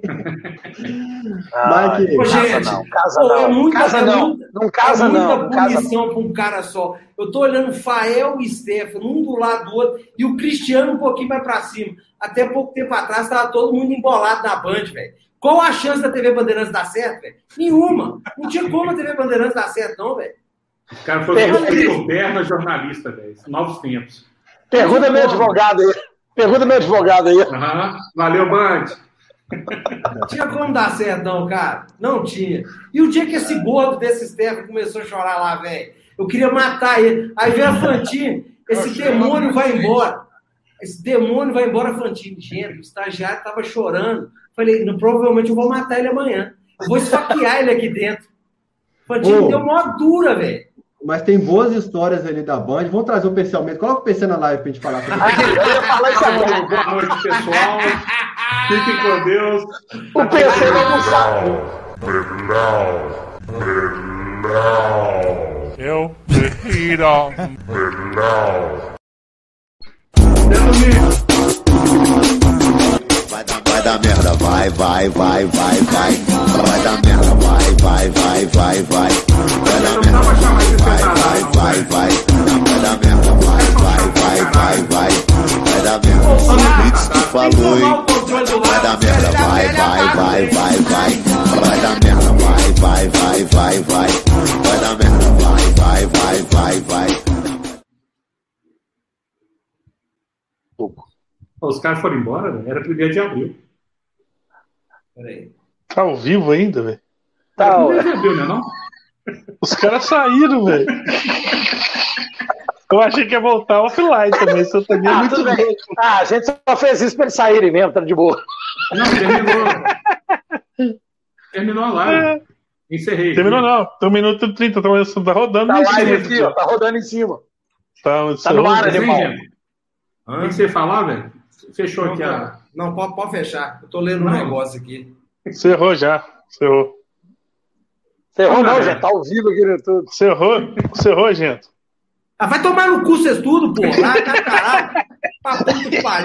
Não casa não. Não casa não. Muita punição pra um cara só. Eu tô olhando Fael e Stefano, um do lado do outro, e o Cristiano um pouquinho mais pra cima. Até pouco tempo atrás, tava todo mundo embolado na Band, velho. Qual a chance da TV Bandeirantes dar certo, velho? Nenhuma. Não tinha como a TV Bandeirantes dar certo, não, velho. O cara foi moderno jornalista, velho. Novos tempos. Pergunta meu advogado aí. Valeu, Band. Não tinha como dar certo, não, cara. Não tinha. E o dia que esse gordo desse Stefano começou a chorar lá, velho, eu queria matar ele. Aí veio a Fantine Esse demônio vai embora. Esse demônio vai embora, Fantini. Gente, o estagiário estava chorando. Falei, provavelmente eu vou matar ele amanhã. Eu vou esfaquear ele aqui dentro. Fantini deu mó dura, velho. Mas tem boas histórias ali da Band. Vamos trazer o PC ao menos. Coloca o PC na live pra gente falar. Boa noite, pessoal. Fiquem com Deus. O PC vai almoçar. Eu prefiro. Vai dar merda, vai. Vai dar merda, vai. Vai dar merda, vai. Vai dar merda, vai. Vai dar merda. Blitz que falou, hein? Vai dar merda, vai. Vai dar merda, vai. Vai dar merda, vai. Os caras foram embora, né? Era 1º de abril. Peraí. Tá ao vivo ainda, velho? Tá, 1º de abril, né? Não? Os caras saíram, velho. Eu achei que ia voltar offline também. Isso também é muito tudo bem. louco. A gente só fez isso pra eles saírem mesmo, tá de boa. Não, terminou a live. Encerrei. Terminou não. Tem 1 minuto e 30. Tá rodando Tá em live cima. aqui, ó. Tá rodando em cima. Tá no ar, Mas, animal. gente, o que você falar, velho? Fechou aqui a... Não, pode fechar. Eu tô lendo um negócio aqui. Cerrou já. Cerrou. Cerrou não, gente. Tá ao vivo aqui no YouTube. Cerrou, gente. Ah, vai tomar no cu vocês tudo, pô. Lá, caralho. Pra puta que pariu.